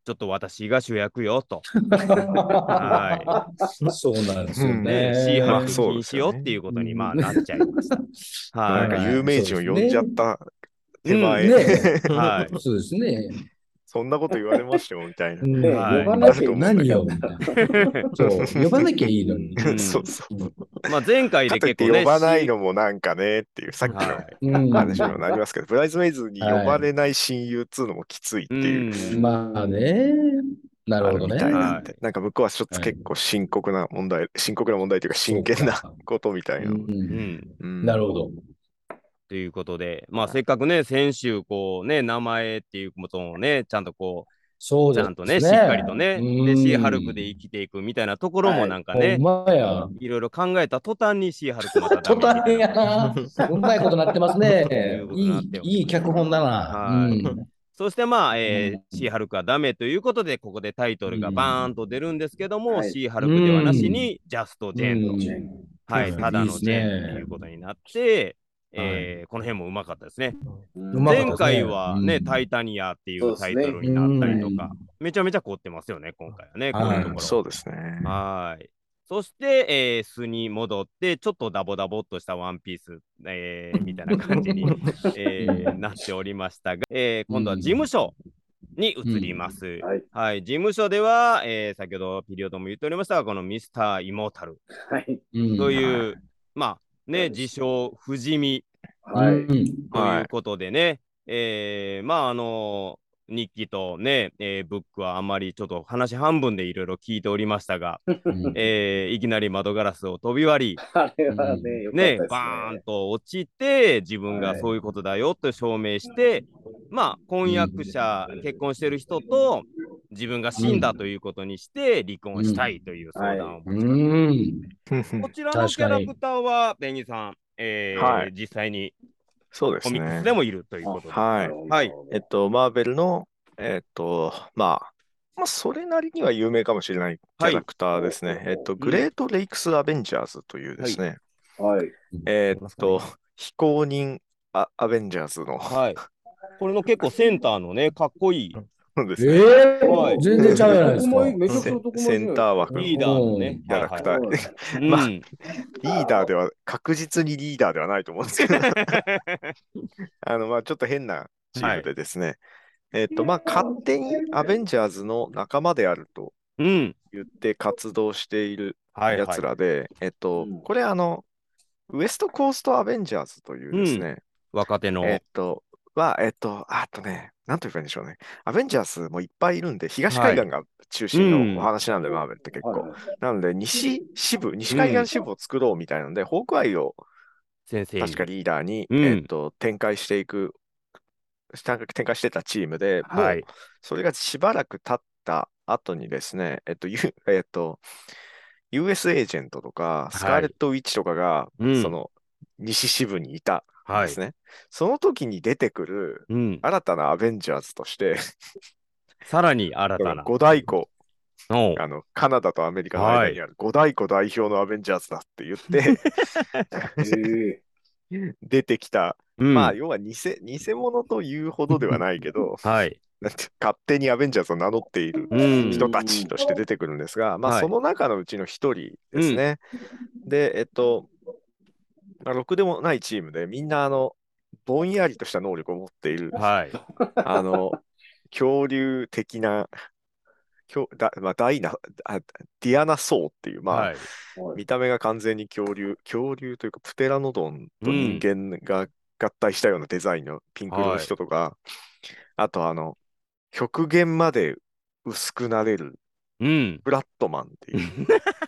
[SPEAKER 1] ちょっと私が主役よと。は
[SPEAKER 2] そうなんですよ
[SPEAKER 1] い。
[SPEAKER 2] ね。
[SPEAKER 1] で、シーハルク禁
[SPEAKER 5] まあそうです
[SPEAKER 1] 止よ
[SPEAKER 5] よね
[SPEAKER 1] っていうことに、まあ、
[SPEAKER 2] うん
[SPEAKER 1] なっちゃいました。は
[SPEAKER 5] なんか
[SPEAKER 1] い。
[SPEAKER 5] 有名人を呼んじゃった手
[SPEAKER 1] うん
[SPEAKER 5] 前、
[SPEAKER 2] ね
[SPEAKER 1] はい。
[SPEAKER 2] そうですね。
[SPEAKER 5] そんなこと言われましたよみたいな。
[SPEAKER 2] うん
[SPEAKER 3] ね
[SPEAKER 1] はい
[SPEAKER 3] 呼ばなきゃいい
[SPEAKER 2] 何よ、
[SPEAKER 3] ん
[SPEAKER 2] みたいな。そう、呼ばなきゃいいのに。
[SPEAKER 1] うん
[SPEAKER 5] そうそう。
[SPEAKER 1] まあ、前回
[SPEAKER 5] かといっ
[SPEAKER 1] で結構ね、
[SPEAKER 5] て呼ばない
[SPEAKER 1] し
[SPEAKER 5] のもなんかねっていう、さっきの
[SPEAKER 1] はい。
[SPEAKER 2] うん
[SPEAKER 5] 話にもなりますけど、ブライズメイズに呼ばれない親友っつうのもきついっていう、
[SPEAKER 1] うん。
[SPEAKER 2] まあね。なる
[SPEAKER 5] あるみ
[SPEAKER 2] ほどね。
[SPEAKER 5] たいなんで、
[SPEAKER 1] はい
[SPEAKER 5] なんか向こうはちょっと結構深刻な問題、深刻な問題というか真剣な
[SPEAKER 2] そうか
[SPEAKER 5] ことみたいな。
[SPEAKER 2] う
[SPEAKER 1] うんん。
[SPEAKER 5] うん
[SPEAKER 2] なるほど。
[SPEAKER 1] ということで、まあ、せっかくね、先週、こうね、名前っていうことをね、ちゃんとこう、
[SPEAKER 2] そうで
[SPEAKER 1] ちゃんとね、
[SPEAKER 2] すね。
[SPEAKER 1] しっかりとね、
[SPEAKER 2] うん
[SPEAKER 1] で、シーハルクで生きていくみたいなところもなんか
[SPEAKER 2] ほん
[SPEAKER 1] ね、
[SPEAKER 2] まや。
[SPEAKER 1] いろいろ考えた途端にシーハルクまたダ
[SPEAKER 2] 途
[SPEAKER 1] メみた
[SPEAKER 2] 端
[SPEAKER 1] いな
[SPEAKER 2] やな。うまいことなってます
[SPEAKER 1] と
[SPEAKER 2] ね
[SPEAKER 1] いう。ことに
[SPEAKER 2] い
[SPEAKER 1] なって
[SPEAKER 2] い、いい脚本だな。
[SPEAKER 1] はい
[SPEAKER 2] うん
[SPEAKER 1] そしてまあ、えー
[SPEAKER 2] うん
[SPEAKER 1] シーハルクはダメということで、ここでタイトルがバーンと出るんですけども、
[SPEAKER 3] はい
[SPEAKER 1] シーハルクではなしに、ジャスト・ジェーンと、
[SPEAKER 2] うん
[SPEAKER 3] ジェン
[SPEAKER 1] はい、
[SPEAKER 2] うん
[SPEAKER 1] ただ
[SPEAKER 2] いいです
[SPEAKER 1] のジェーン
[SPEAKER 2] ね
[SPEAKER 1] っていうことになって、えーこの辺もうまかったですね。
[SPEAKER 3] うん
[SPEAKER 2] うまかった
[SPEAKER 1] 前
[SPEAKER 2] ですね
[SPEAKER 1] 回はね、
[SPEAKER 2] うん
[SPEAKER 1] タイタニアっていうタイ
[SPEAKER 3] そうですね
[SPEAKER 1] トルになったりとか、
[SPEAKER 2] うん
[SPEAKER 1] めちゃめちゃ凝ってますよね、今回はね、こう
[SPEAKER 2] はい
[SPEAKER 1] いうところ。
[SPEAKER 5] そうですね。
[SPEAKER 1] はい。そして、えー素に戻って、ちょっとダボダボっとしたワンピース、えーみたいな感じに、えーなっておりましたが、えー今度は事務所に移ります。
[SPEAKER 3] はい。
[SPEAKER 1] はい、事務所では、えー先ほどピリオドも言っておりましたが、このミスターイモータル
[SPEAKER 3] はい。
[SPEAKER 2] うん
[SPEAKER 1] という、
[SPEAKER 5] はい
[SPEAKER 1] まあね、自称不死身
[SPEAKER 3] はい。
[SPEAKER 2] うん
[SPEAKER 1] ということでね、えーまああの日記とね、えーブックはあんまりちょっと話半分でいろいろ聞いておりましたが、
[SPEAKER 2] うん
[SPEAKER 1] えーいきなり窓ガラスを飛び割り、
[SPEAKER 3] あれはね、よかった
[SPEAKER 1] ね、
[SPEAKER 3] ですね。
[SPEAKER 1] バーンと落ちて、自分がそういうことだよと証明して、まあ、婚約者、結婚してる人と自分が死んだということにして離婚したいという相談を持ちかけ
[SPEAKER 2] うん
[SPEAKER 1] た。こちらのキャラクターは、ペンギンさん、えー
[SPEAKER 5] はい
[SPEAKER 1] 実際に
[SPEAKER 5] そうです
[SPEAKER 1] コミックス
[SPEAKER 5] ね。
[SPEAKER 1] でもいるということで。
[SPEAKER 5] はい。
[SPEAKER 1] はい。
[SPEAKER 5] えっと、マーベルの、えっと、まあ、まあ、それなりには有名かもしれないキャラクターですね。えっと、グレート・レイクス・アベンジャーズというですね、
[SPEAKER 3] はい。
[SPEAKER 5] えっと、非公認アアベンジャーズの、
[SPEAKER 1] はい。これの結構センターのね、かっこいい
[SPEAKER 5] そうですね、
[SPEAKER 2] え
[SPEAKER 1] はい
[SPEAKER 2] ー全然ちゃうじゃないですか。
[SPEAKER 3] 男前めちゃくちゃ男前
[SPEAKER 5] センター枠の
[SPEAKER 1] リーダーのね、
[SPEAKER 5] キャラクター。
[SPEAKER 1] はいはい
[SPEAKER 5] まあ
[SPEAKER 1] うん
[SPEAKER 5] リーダーでは、確実にリーダーではないと思うんですけど、あの、まあ、ちょっと変なチームでですね、えっと、まあ、勝手にアベンジャーズの仲間であると
[SPEAKER 1] うん。
[SPEAKER 5] 言って活動しているや
[SPEAKER 1] はいはい。
[SPEAKER 5] つらで、えっと
[SPEAKER 3] うん、
[SPEAKER 5] これあの、ウエストコーストアベンジャーズというですね、
[SPEAKER 1] 若手の。
[SPEAKER 5] えっと、は、えっと、あとね、なんと言えばいいんでしょうね。アベンジャーズもいっぱいいるんで、東海岸が中心
[SPEAKER 1] うん
[SPEAKER 5] のお話なんで、マーベルって結構。
[SPEAKER 3] はいはい
[SPEAKER 5] なので、西支部、西海岸支部を作ろうみたいなので、ホークアイを
[SPEAKER 1] 先生に。
[SPEAKER 5] 確かリーダーに、
[SPEAKER 1] うん
[SPEAKER 5] えっと、展開していく、展開してたチームで、もう
[SPEAKER 1] はい。
[SPEAKER 5] それがしばらく経った後にですね、えっと、ゆえっと、ユーエス エージェントとか、スカーレット・ウィッチとかが、
[SPEAKER 1] うん
[SPEAKER 5] その、西支部にいたん
[SPEAKER 1] はい
[SPEAKER 5] ですね。その時に出てくる
[SPEAKER 1] うん。
[SPEAKER 5] 新たなアベンジャーズとして、
[SPEAKER 1] さらに新たな。
[SPEAKER 5] 五大湖、
[SPEAKER 1] おう
[SPEAKER 5] あの、カナダとアメリカの間にある五大湖代表のアベンジャーズだって言って、
[SPEAKER 3] へ
[SPEAKER 5] 出てきた、
[SPEAKER 1] うん
[SPEAKER 5] まあ、要は偽、偽物というほどではないけど、
[SPEAKER 1] はい。
[SPEAKER 5] なんて勝手にアベンジャーズを名乗っている
[SPEAKER 1] うん。
[SPEAKER 5] 人たちとして出てくるんですが、まあ、
[SPEAKER 1] はい
[SPEAKER 5] その中のうちの一人ですね。で、えっと、まあ、ろくでもないチームで、みんな、あの、ぼんやりとした能力を持っている、
[SPEAKER 1] はい。
[SPEAKER 5] あの、恐竜的な、恐だまあ、ダイナあ、ディアナ・ソーっていう、まあ、
[SPEAKER 1] はい。
[SPEAKER 3] ー
[SPEAKER 5] 見た目が完全に恐竜、恐竜というか、プテラノドンと人間が合体したようなデザインのピンク色の人とか、あと、あの、極限まで薄くなれる
[SPEAKER 1] うん。
[SPEAKER 5] フラットマンっていう。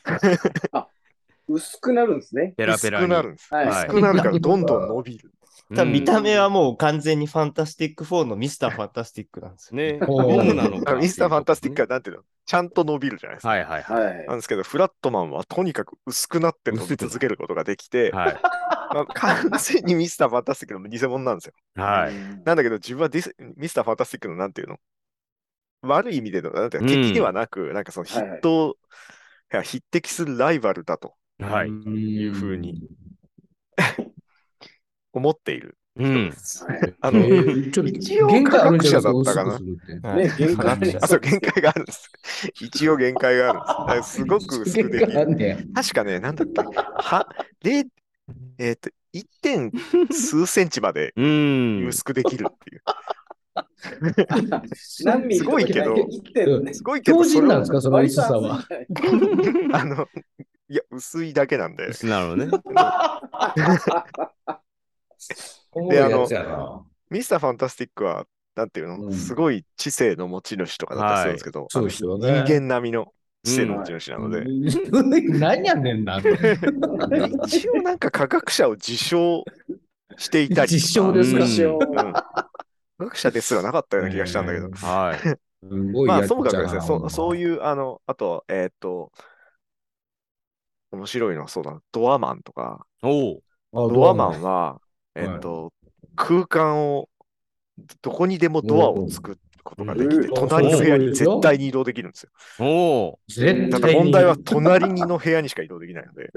[SPEAKER 3] 薄くなるんですね。
[SPEAKER 1] ペラペラに。
[SPEAKER 5] 薄くなるんです。
[SPEAKER 3] はい
[SPEAKER 5] 薄くなるからどんどん伸びる。
[SPEAKER 4] 多分見た目は
[SPEAKER 1] も
[SPEAKER 4] もう完全にファンタスティックフォーのミスターファンタスティックなんですよ。
[SPEAKER 1] ね、
[SPEAKER 2] おう
[SPEAKER 1] ゴムなのか。
[SPEAKER 5] ミスターファンタスティックはなんていうのちゃんと伸びるじゃないですか。
[SPEAKER 1] はいはいはい。
[SPEAKER 3] はい
[SPEAKER 5] なんですけど、フラットマンはとにかく薄くなって伸び続けることができて、
[SPEAKER 1] はい。
[SPEAKER 5] まあ、完全にミスターファンタスティックの偽物なんですよ。
[SPEAKER 1] はい。
[SPEAKER 5] なんだけど、自分はディスミスターファンタスティックのなんていうの悪い意味での、なんていうの
[SPEAKER 1] うん
[SPEAKER 5] 敵ではなく、なんかその筆頭、いや匹敵するライバルだと
[SPEAKER 1] はい。
[SPEAKER 5] いうふうに思っている
[SPEAKER 1] うん。
[SPEAKER 5] です。
[SPEAKER 3] はい
[SPEAKER 5] あの、
[SPEAKER 2] えーちょっと
[SPEAKER 5] 一応
[SPEAKER 2] 限界あるんじゃないですか、
[SPEAKER 5] 科学者だったかな
[SPEAKER 2] 薄くするって。
[SPEAKER 4] はい
[SPEAKER 3] ね、限界
[SPEAKER 4] 科学者
[SPEAKER 5] あ、そう、限界があるんです。一応限界があるんです。だからすごく薄くでき
[SPEAKER 2] 限界あ
[SPEAKER 5] る。
[SPEAKER 2] んねや。
[SPEAKER 5] 確かね、なんだっけ、は、で、えっと、いってん数センチまで
[SPEAKER 1] うん。
[SPEAKER 5] 薄くできるっていう。
[SPEAKER 3] 何ミリ
[SPEAKER 5] すごいけど
[SPEAKER 3] とかじゃないいってんね。
[SPEAKER 5] すごいけど、
[SPEAKER 2] 強
[SPEAKER 5] それを
[SPEAKER 2] 靭なんですか、その
[SPEAKER 3] 割と
[SPEAKER 2] 薄さは。
[SPEAKER 3] 厚いんじゃない
[SPEAKER 5] あの、いや、薄いだけなんで。
[SPEAKER 1] なるほどね。
[SPEAKER 2] おもろいやつやな。
[SPEAKER 5] ミスターファンタスティックは、なんていうの、
[SPEAKER 2] うん
[SPEAKER 5] すごい知性の持ち主とかだったりするんですけど、
[SPEAKER 2] そう
[SPEAKER 5] あの
[SPEAKER 2] ですよね
[SPEAKER 5] 人間並みの知性の持ち主なので、
[SPEAKER 2] 何やねんな。
[SPEAKER 5] で一応なんか科学者を自称していたりとか、
[SPEAKER 2] 実証ですか。
[SPEAKER 1] うん
[SPEAKER 3] 一応
[SPEAKER 5] うん科学者ですらなかったような気がしたんだけど、
[SPEAKER 1] はい。
[SPEAKER 2] すごい
[SPEAKER 5] まあ、
[SPEAKER 2] やっ
[SPEAKER 5] ともかくですね、
[SPEAKER 2] ちゃな。
[SPEAKER 5] そそう
[SPEAKER 2] う。
[SPEAKER 5] いう、あの、あと、えーっと、面白いのはそうだな、ドアマンとか、
[SPEAKER 1] おう。
[SPEAKER 2] あ
[SPEAKER 5] ドアマンは、え
[SPEAKER 2] はい
[SPEAKER 5] ーっと、空間を、どこにでもドアを作ることができて、
[SPEAKER 3] うん
[SPEAKER 5] 隣の部屋に
[SPEAKER 2] そうですよ
[SPEAKER 5] 絶対に移動できるんですよ。
[SPEAKER 1] おう。
[SPEAKER 2] 絶
[SPEAKER 5] ただ
[SPEAKER 2] 対に。
[SPEAKER 5] 問題は隣の部屋にしか移動できないので、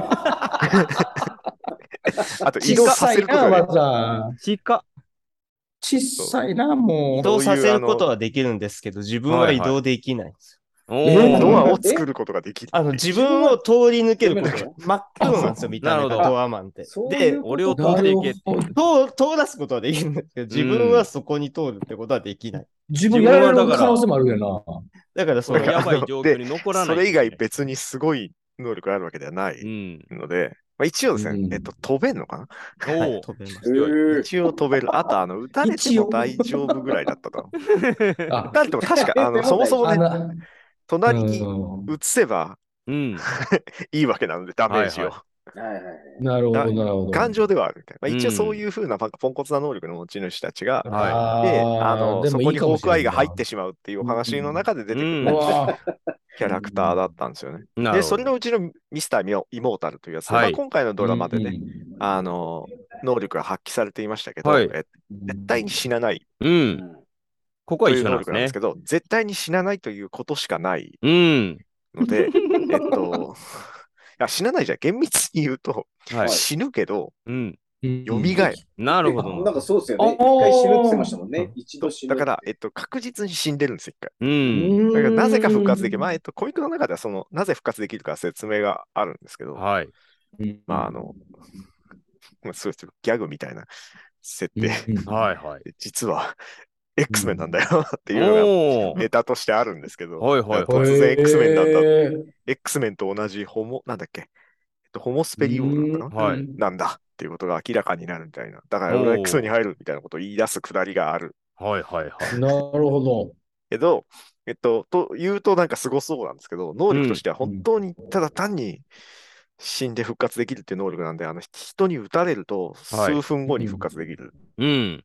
[SPEAKER 5] あと移動させることができる。
[SPEAKER 2] わざ。
[SPEAKER 1] ちか。
[SPEAKER 2] 小さいな、も
[SPEAKER 4] 移
[SPEAKER 2] う。
[SPEAKER 4] 動させること
[SPEAKER 5] そういう
[SPEAKER 4] はできるんですけど、自分は移動できないんですよ。
[SPEAKER 1] お
[SPEAKER 2] え
[SPEAKER 5] ドア
[SPEAKER 1] お。
[SPEAKER 5] を作ることができる。
[SPEAKER 4] あの、自分を通り抜けることが
[SPEAKER 3] 自分
[SPEAKER 4] 真っ黒なんですよ、見た目が
[SPEAKER 1] なるほど
[SPEAKER 4] ドアマンって。で
[SPEAKER 3] そういう、
[SPEAKER 1] 俺を通
[SPEAKER 2] なる
[SPEAKER 1] っていけって。
[SPEAKER 2] ほど。
[SPEAKER 4] 通通らすことはできるんですけど、自分はそこに通るってことはできない。
[SPEAKER 2] 自分やられる可能性もあるよな。
[SPEAKER 4] だからその、
[SPEAKER 1] そのやばい状況に残らない
[SPEAKER 5] それ以外
[SPEAKER 1] 別
[SPEAKER 5] 別にすごい能力があるわけではない
[SPEAKER 1] うん。
[SPEAKER 5] ので、まあ、一応ですね、
[SPEAKER 2] うん
[SPEAKER 5] えっと、飛べんのかな
[SPEAKER 4] はい
[SPEAKER 1] おお。
[SPEAKER 4] 飛べます。
[SPEAKER 3] えー
[SPEAKER 5] 一応飛べる。あと、あの、撃たれても大丈夫ぐらいだったと思う。
[SPEAKER 2] あ
[SPEAKER 5] 撃たれても確か、あの、
[SPEAKER 3] でも
[SPEAKER 5] そもそもね、
[SPEAKER 2] あの、
[SPEAKER 5] 隣に
[SPEAKER 2] うん
[SPEAKER 5] 移せば
[SPEAKER 1] うん。
[SPEAKER 5] いいわけなので、ダメージを。
[SPEAKER 1] はいは
[SPEAKER 3] はいはい
[SPEAKER 2] なるほど、
[SPEAKER 5] だ
[SPEAKER 2] なるほど。
[SPEAKER 5] 頑丈ではあるみたいな。まあ、一応
[SPEAKER 1] うん
[SPEAKER 5] そういうふうななんかポンコツな能力の持ち主たちが、
[SPEAKER 1] は
[SPEAKER 5] で、あ
[SPEAKER 2] あ
[SPEAKER 5] の、
[SPEAKER 2] ーでもいい
[SPEAKER 5] そこにホー
[SPEAKER 2] かもしれんな
[SPEAKER 5] クアイが入ってしまうっていうお話の中で出てく
[SPEAKER 1] うん
[SPEAKER 5] る
[SPEAKER 2] うわ
[SPEAKER 5] キャラクターだったんですよね。で、
[SPEAKER 1] なるほど
[SPEAKER 5] それのうちのミスターミオイモータルというやつで、
[SPEAKER 1] はい
[SPEAKER 5] まあ、今回のドラマでね、
[SPEAKER 2] うん
[SPEAKER 5] あの、能力が発揮されていましたけど、
[SPEAKER 1] はい
[SPEAKER 5] え絶対に死なない
[SPEAKER 1] う。
[SPEAKER 3] うんん。
[SPEAKER 1] ここは
[SPEAKER 5] という能
[SPEAKER 1] 一緒なんですね。
[SPEAKER 5] 力なんですけど、絶対に死なないということしかない
[SPEAKER 1] うん。
[SPEAKER 5] ので、えっと、いや死なないじゃん。厳密に言うと、
[SPEAKER 1] はい。
[SPEAKER 5] 死ぬけど、
[SPEAKER 1] うん。
[SPEAKER 5] 蘇る。
[SPEAKER 1] なるほど。
[SPEAKER 3] なんかそうですよね。
[SPEAKER 2] あー
[SPEAKER 3] 一回死ぬって言ってましたもんね
[SPEAKER 4] うん。
[SPEAKER 3] 一度死ぬ。
[SPEAKER 5] だから、えっと、確実に死んでるんですよ、一回。
[SPEAKER 1] うん。
[SPEAKER 5] だからなぜか復活できる。まあ、えっ
[SPEAKER 2] う
[SPEAKER 5] と、コミックの中では、その、なぜ復活できるか説明があるんですけど、
[SPEAKER 1] はい。
[SPEAKER 2] ん
[SPEAKER 5] まあ、あの、まあそうですギャグみたいな設定、
[SPEAKER 2] うん
[SPEAKER 1] はいはい。
[SPEAKER 5] 実は X メンなんだよっていうのが
[SPEAKER 1] おお。
[SPEAKER 5] ネタとしてあるんですけど、
[SPEAKER 1] はいはいはい
[SPEAKER 5] 突然 X メンなんだ。
[SPEAKER 2] へー
[SPEAKER 5] X メンと同じホモ、なんだっけ、えっと、ホモスペリオールなのかな、
[SPEAKER 1] はい
[SPEAKER 5] なんだっていうことが明らかになるみたいな。だから俺は X メンに入るみたいなことを言い出すくだりがある
[SPEAKER 1] はいはいはい。
[SPEAKER 2] なるほど。
[SPEAKER 5] けど、えっと、と言うとなんかすごそうなんですけど、能力としては本当にただ単に死んで復活できるっていう能力なんで、あの人に撃たれると数分後に復活できる
[SPEAKER 1] うん。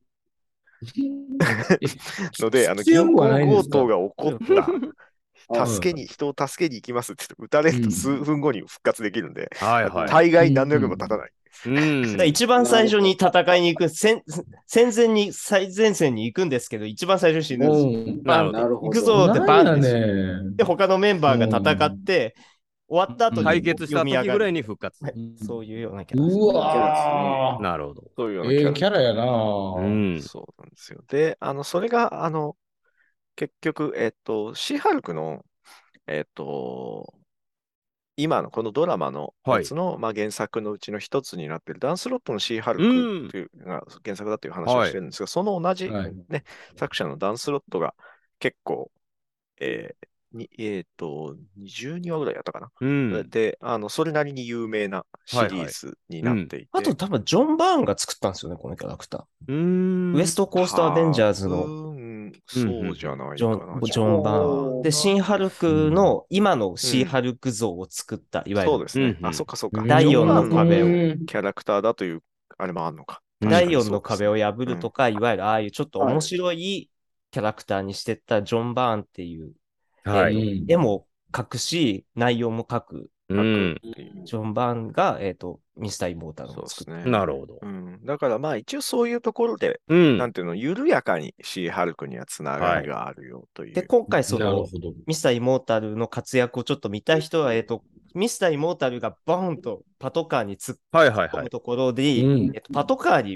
[SPEAKER 5] ので、あの
[SPEAKER 2] 強く
[SPEAKER 5] 銀行
[SPEAKER 2] はないんですか
[SPEAKER 5] 強盗が起こった、助け
[SPEAKER 2] に。
[SPEAKER 5] に、人を助けに行きますって言って撃たれると数分後に復活できるんで、
[SPEAKER 1] はいはい。
[SPEAKER 5] 大概何の役にも立たない。
[SPEAKER 1] うん
[SPEAKER 4] だから。一番最初に戦いに行く、戦戦前に最前線に行くんですけど、一番最初に死ぬんですよ。
[SPEAKER 2] うん
[SPEAKER 1] なるほど。
[SPEAKER 3] なるほど。
[SPEAKER 4] 行くぞってバンって死ぬ
[SPEAKER 2] ね
[SPEAKER 4] で、他のメンバーが戦って、終わった後に
[SPEAKER 1] 解決した時ぐらい
[SPEAKER 4] に。
[SPEAKER 1] に復活。
[SPEAKER 4] はいそういうようなキャラです。
[SPEAKER 2] うわー
[SPEAKER 1] なるほど。
[SPEAKER 5] そういうようなキャラ
[SPEAKER 2] ええキャラやな
[SPEAKER 1] う
[SPEAKER 2] ぁ。
[SPEAKER 1] ん。
[SPEAKER 5] そうなんですよ。で、あの、それが、あの、結局、えっと、シーハルクの、えっと、今のこのドラマのやつの、まあ、原作のうちの一つになっているダンスロットのシーハルクというのが原作だという話をしてるんですが、その同じ、
[SPEAKER 2] はい
[SPEAKER 5] ね、作者のダンスロットが結構、えーにえっと、にじゅうにわぐらいやったかな。
[SPEAKER 1] うん。
[SPEAKER 5] で、あの、それなりに有名なシリーズになっていて。
[SPEAKER 4] あと多分ジョン・バーンが作ったんですよね、このキャラクタ
[SPEAKER 1] う
[SPEAKER 4] ー。
[SPEAKER 1] ん。
[SPEAKER 4] ウエストコースト・アベンジャーズの
[SPEAKER 5] の。そうじゃない
[SPEAKER 4] ジ
[SPEAKER 5] かな。
[SPEAKER 4] ョンジョン・バーン。で、シン・ハルクの今のシー・ハルク像を作った、いわゆる
[SPEAKER 5] そうですね。
[SPEAKER 1] うん
[SPEAKER 5] あ、そっかそっか。
[SPEAKER 4] 第四の壁を
[SPEAKER 2] うん
[SPEAKER 5] キャラクターだという、あれもあるのか。
[SPEAKER 4] 第四の壁を
[SPEAKER 5] や
[SPEAKER 4] 破るとか、いわゆるああいうちょっと面白いキャラクターにしてったジョン・バーンっていう、
[SPEAKER 1] はい。
[SPEAKER 4] えー絵も描くし、内容も書く、
[SPEAKER 1] うん。
[SPEAKER 4] ジョン・バーンが、えっと、ミスター・イモータルを作った。
[SPEAKER 5] そうですね。
[SPEAKER 1] なるほど
[SPEAKER 5] う。ん。だからまあ一応そういうところで、
[SPEAKER 1] うん。
[SPEAKER 5] なんていうの、緩やかにシー・ハルクにはつながりがあるよという。
[SPEAKER 4] で、今回その
[SPEAKER 2] なるほど。
[SPEAKER 4] ミスター・イモータルの活躍をちょっと見たい人は、えっと、ミスター・イモータルがボーンとパトカーに突っ
[SPEAKER 1] はいはいはい。
[SPEAKER 4] 込むところで、
[SPEAKER 2] うん
[SPEAKER 4] えっと、パトカーに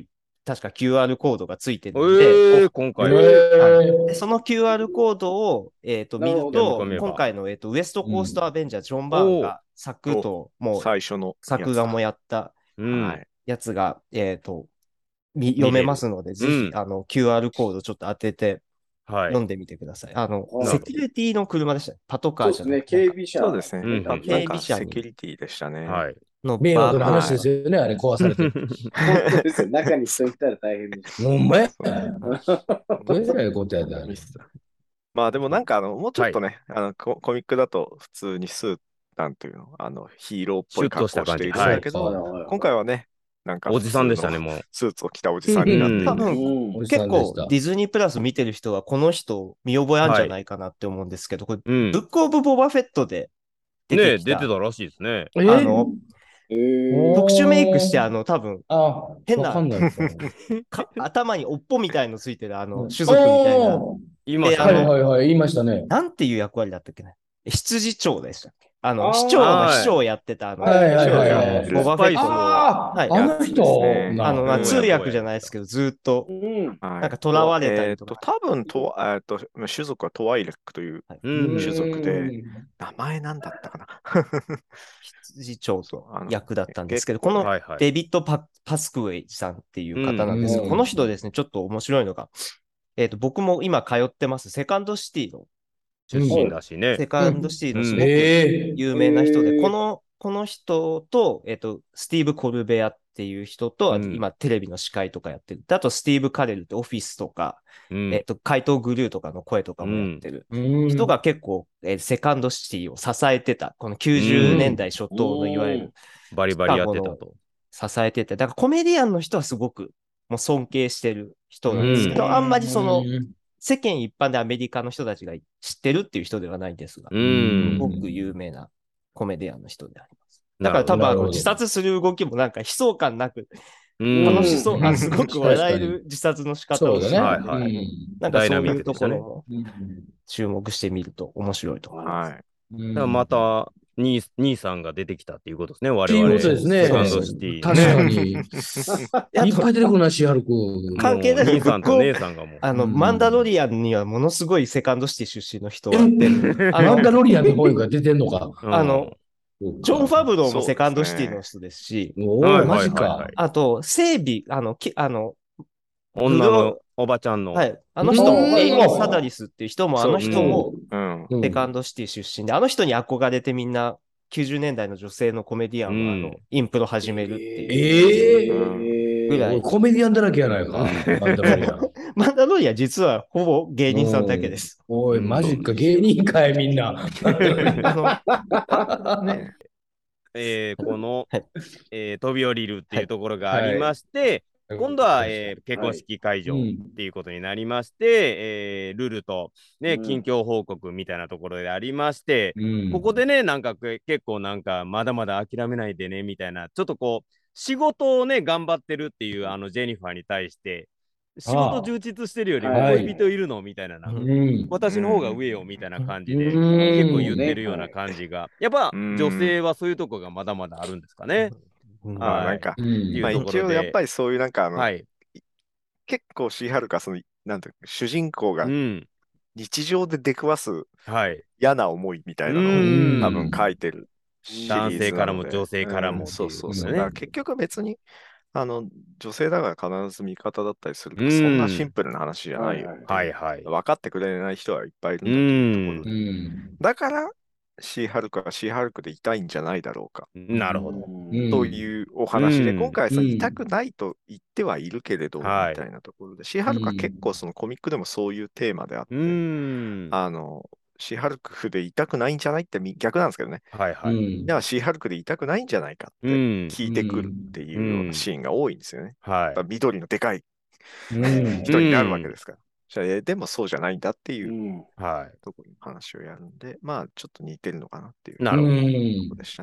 [SPEAKER 4] 確か キューアール コードがついてる
[SPEAKER 1] え
[SPEAKER 4] ので、
[SPEAKER 1] ー、今回。
[SPEAKER 4] はいでその キューアール コードを、えーと見る
[SPEAKER 3] なる
[SPEAKER 4] と
[SPEAKER 1] ほど、
[SPEAKER 4] 今回の、えーとウエストコーストアベンジャー、ジョン・バーンが作と、もう
[SPEAKER 5] 最初のやつだ
[SPEAKER 4] 作画もやった
[SPEAKER 1] うん。
[SPEAKER 5] はい。
[SPEAKER 4] やつが、えーとみ読めますので、ぜひ、
[SPEAKER 1] うん
[SPEAKER 4] あの キューアール コードちょっと当てて
[SPEAKER 1] はい。
[SPEAKER 4] 読んでみてください。あの、
[SPEAKER 3] はい
[SPEAKER 4] セキュリティの車でしたね。パトカ
[SPEAKER 3] そうですね、
[SPEAKER 4] ーじゃなくて。
[SPEAKER 3] 警備車。
[SPEAKER 5] そうですね。
[SPEAKER 1] うん
[SPEAKER 5] な
[SPEAKER 4] 警備
[SPEAKER 5] なんか
[SPEAKER 4] 車に
[SPEAKER 5] セキュリティでしたね。
[SPEAKER 1] はい。
[SPEAKER 4] の
[SPEAKER 2] 迷惑な
[SPEAKER 4] バー
[SPEAKER 2] 話ですよね、あれ、壊されて。
[SPEAKER 3] 本当ですよ。中に人いたら大変です。
[SPEAKER 2] ほんまや。
[SPEAKER 5] そう
[SPEAKER 2] どえらいことやで、あれ
[SPEAKER 5] ミ。スまあでもなんかあの、もうちょっとね、あのコ、コミックだと普通にスーツ、なんていうの、あの、ヒーローっぽい格好をしているんだけど、
[SPEAKER 2] シュッとした感じ
[SPEAKER 5] 今回はね、なんか
[SPEAKER 1] おじさんでしたね、
[SPEAKER 5] 普通の
[SPEAKER 1] もう。
[SPEAKER 5] スーツを着たおじさんになっていて、
[SPEAKER 4] 多分、
[SPEAKER 3] うん
[SPEAKER 2] おじさ
[SPEAKER 4] 結
[SPEAKER 2] んでした
[SPEAKER 4] 構ディズニープラス見てる人はこの人見覚えあるんじゃないかなって思うんですけど、これ、
[SPEAKER 1] うん
[SPEAKER 4] ブックオブ・ボバフェットで出
[SPEAKER 1] ねえ、
[SPEAKER 4] てきた、
[SPEAKER 1] 出てたらしいですね。
[SPEAKER 2] え
[SPEAKER 4] あの、
[SPEAKER 3] えー、
[SPEAKER 4] 特殊メイクして、あの、多分、
[SPEAKER 2] あ、
[SPEAKER 4] 変な
[SPEAKER 2] わかんないですね。
[SPEAKER 4] か頭におっぽみたいのついてる、あの、
[SPEAKER 2] うん
[SPEAKER 4] 種族みたいな。
[SPEAKER 2] おーはい
[SPEAKER 1] 言いましたね。
[SPEAKER 2] はいはい、言いましたね。
[SPEAKER 4] なんていう役割だったっけね。羊長でしたっけあの、
[SPEAKER 3] あー
[SPEAKER 4] 市長の
[SPEAKER 1] はい
[SPEAKER 4] 市長をやってた、あの、
[SPEAKER 2] はいはいはい
[SPEAKER 5] は
[SPEAKER 2] はいい。
[SPEAKER 4] ボバフェットの、
[SPEAKER 2] ああ、
[SPEAKER 4] はい
[SPEAKER 2] あの人
[SPEAKER 5] やつですね
[SPEAKER 2] な。
[SPEAKER 4] あの、まあ、
[SPEAKER 1] うん
[SPEAKER 4] 通訳じゃないですけど、ずっと
[SPEAKER 3] う、ん。
[SPEAKER 5] はい
[SPEAKER 4] なんか囚われたりとか
[SPEAKER 5] えっと、多分と、えっと、種族はトワイレックという
[SPEAKER 1] う。
[SPEAKER 2] うん
[SPEAKER 5] 種族で
[SPEAKER 2] ん
[SPEAKER 5] 名前なんだったかな。
[SPEAKER 4] 羊長と
[SPEAKER 5] そうあの
[SPEAKER 4] 役だったんですけど、この
[SPEAKER 1] はいはい。
[SPEAKER 4] デビッドパ・パスクウェイさんっていう方なんですけど、
[SPEAKER 2] うん
[SPEAKER 4] この人ですね、ちょっと面白いのが、えっと、僕も今通ってます、セカンドシティの、
[SPEAKER 1] 出身だしね
[SPEAKER 4] セ。カンドシティのすごく
[SPEAKER 2] ええ
[SPEAKER 4] 有名な人で、
[SPEAKER 3] えー
[SPEAKER 4] この、この人と、えっと、スティーブ・コルベアっていう人と、あと
[SPEAKER 1] うん
[SPEAKER 4] 今テレビの司会とかやってる。であとスティーブ・カレルってオフィスとか、
[SPEAKER 1] うん
[SPEAKER 4] えっと、怪盗グルーとかの声とかもやってる
[SPEAKER 2] うん
[SPEAKER 4] 人が結構、えーセカンドシティを支えてた。このきゅうじゅうねんだい初頭のいわゆる
[SPEAKER 1] バリバリやってたと。
[SPEAKER 4] 支えてて、だからコメディアンの人はすごくもう尊敬してる人なんですけど、
[SPEAKER 1] うん
[SPEAKER 4] あんまりその世間一般でアメリカの人たちが知ってるっていう人ではないんですが、
[SPEAKER 1] う
[SPEAKER 4] す
[SPEAKER 1] ん。
[SPEAKER 4] ごく有名なコメディアンの人であります。だから
[SPEAKER 1] なるほど
[SPEAKER 4] 多分あの
[SPEAKER 2] なるほど
[SPEAKER 4] 自殺する動きもなんか悲壮感なく、
[SPEAKER 1] うん
[SPEAKER 4] 楽しそう、
[SPEAKER 2] うん
[SPEAKER 4] あすごく笑える自殺の仕方
[SPEAKER 2] そうだね。
[SPEAKER 4] をしてるんで、
[SPEAKER 1] はいはい
[SPEAKER 2] うん
[SPEAKER 4] なんかそう
[SPEAKER 1] ダイナミ
[SPEAKER 4] いうと
[SPEAKER 1] ックでしたね
[SPEAKER 4] ころも注目してみると面白いと思います。
[SPEAKER 5] はい。
[SPEAKER 2] うん
[SPEAKER 1] だからまた、兄兄さんが出てきたっていうことですね、我
[SPEAKER 2] っていう
[SPEAKER 1] 々。
[SPEAKER 2] ことですね。
[SPEAKER 1] セカンドシティ、ね。
[SPEAKER 2] 確かに。いっ
[SPEAKER 4] であと
[SPEAKER 2] ぱい出てくるな、シハルク。
[SPEAKER 4] 関係ない
[SPEAKER 1] もう兄さんと
[SPEAKER 4] 僕を
[SPEAKER 1] 姉さんがもう。
[SPEAKER 4] あの、
[SPEAKER 2] うん
[SPEAKER 4] マンダロリアンにはものすごいセカンドシティ出身の人が
[SPEAKER 2] え
[SPEAKER 4] 出る。あの
[SPEAKER 2] マンダロリアンの方が出てんのか。
[SPEAKER 1] うん
[SPEAKER 4] あの、ジョン・ファブローもセカンドシティ
[SPEAKER 5] そうですね
[SPEAKER 4] の人ですし、
[SPEAKER 2] おお、
[SPEAKER 1] はい
[SPEAKER 2] マジか
[SPEAKER 1] はいはいはい。
[SPEAKER 4] あと、整備、あの、きあの、
[SPEAKER 1] 女のおばちゃんの。
[SPEAKER 4] はい、あの人
[SPEAKER 3] うん
[SPEAKER 4] も、エイミー・サダリスっていう人も、あの人も
[SPEAKER 5] うん。
[SPEAKER 2] うん
[SPEAKER 4] セカンドシティ出身で、あの人に憧れてみんなきゅうじゅうねんだいの女性のコメディアンは、あ
[SPEAKER 1] うん
[SPEAKER 4] の、インプロ始めるっていう。
[SPEAKER 2] ええ
[SPEAKER 5] うん
[SPEAKER 4] ぐらい
[SPEAKER 2] おいコメディアンだらけやないか。マンダロリアン。
[SPEAKER 4] マンダロリアン実はほぼ芸人さんだけです。
[SPEAKER 2] おい、
[SPEAKER 1] うん
[SPEAKER 2] マジか、芸人かい、みんな。
[SPEAKER 4] あの、
[SPEAKER 5] ね
[SPEAKER 1] えーこの、
[SPEAKER 4] はい
[SPEAKER 1] えー飛び降りるっていうところがありまして、今度は、えー結婚式会場
[SPEAKER 2] うん
[SPEAKER 1] っていうことになりまして、えールルと、ね
[SPEAKER 3] うん
[SPEAKER 1] 近況報告みたいなところでありまして、
[SPEAKER 2] うん
[SPEAKER 1] ここでね、なんかけ結構なんかまだまだ諦めないでねみたいな、ちょっとこう、仕事をね、頑張ってるっていうあのジェニファーに対して、仕事充実してるよりも
[SPEAKER 3] はい
[SPEAKER 1] 恋人いるのみたいな、なんか
[SPEAKER 2] うん
[SPEAKER 1] 私の方が上よみたいな感じで、
[SPEAKER 2] うん
[SPEAKER 1] 結構言ってるような感じが、やっぱ
[SPEAKER 5] うん
[SPEAKER 1] 女性はそういうとこがまだまだあるんですかね。
[SPEAKER 4] うん
[SPEAKER 5] まあ
[SPEAKER 1] はい
[SPEAKER 5] なんか、
[SPEAKER 2] うん
[SPEAKER 5] まあ
[SPEAKER 1] いうところで
[SPEAKER 5] 一応やっぱりそういうなんかあの、
[SPEAKER 1] はい。
[SPEAKER 5] 結構シーハルカその、なんていうか主人公が
[SPEAKER 1] うん。
[SPEAKER 5] 日常で出くわす
[SPEAKER 1] はい。
[SPEAKER 5] 嫌な思いみたいな
[SPEAKER 1] う
[SPEAKER 5] のを
[SPEAKER 1] ん
[SPEAKER 5] 多分書いてるシリーズなので。
[SPEAKER 1] 男性からも女性からも
[SPEAKER 5] うんそうそうそう。
[SPEAKER 1] っていうことね
[SPEAKER 5] だから結局別に、あの、女性だから必ず味方だったりするけど、
[SPEAKER 1] うん
[SPEAKER 5] そんなシンプルな話じゃないよって
[SPEAKER 1] はいはい。
[SPEAKER 5] 分かってくれない人はいっぱいいるんだと
[SPEAKER 1] うん
[SPEAKER 5] いうところ
[SPEAKER 2] う
[SPEAKER 5] で。
[SPEAKER 2] ん
[SPEAKER 5] だから、シーハルクはシーハルクでいたいんじゃないだろうか。
[SPEAKER 1] なるほど。
[SPEAKER 2] うん
[SPEAKER 5] というお話で、
[SPEAKER 1] うん
[SPEAKER 5] 今回はさ、
[SPEAKER 2] うん
[SPEAKER 5] 痛くないと言ってはいるけれど、み
[SPEAKER 1] はい
[SPEAKER 5] たいなところで、シーハルクは結構そのコミックでもそういうテーマであって、
[SPEAKER 1] うん。は
[SPEAKER 5] あの、シーハルクで痛くないんじゃないってみ逆なんですけどね。
[SPEAKER 1] いはい。
[SPEAKER 5] ではシーハルクで痛くないんじゃないかって
[SPEAKER 1] うん。
[SPEAKER 5] 聞いてくるっていうようなシーンが多いんですよね。
[SPEAKER 1] は
[SPEAKER 5] だから緑のでかい
[SPEAKER 2] うん
[SPEAKER 5] 人になるわけですから。じゃあえーでもそうじゃないんだっていう
[SPEAKER 3] うん
[SPEAKER 1] い。は
[SPEAKER 5] ところの話をやるんで、まあちょっと似てるのかなっていう
[SPEAKER 1] い。なるほど。
[SPEAKER 2] うん
[SPEAKER 5] ことでしたね。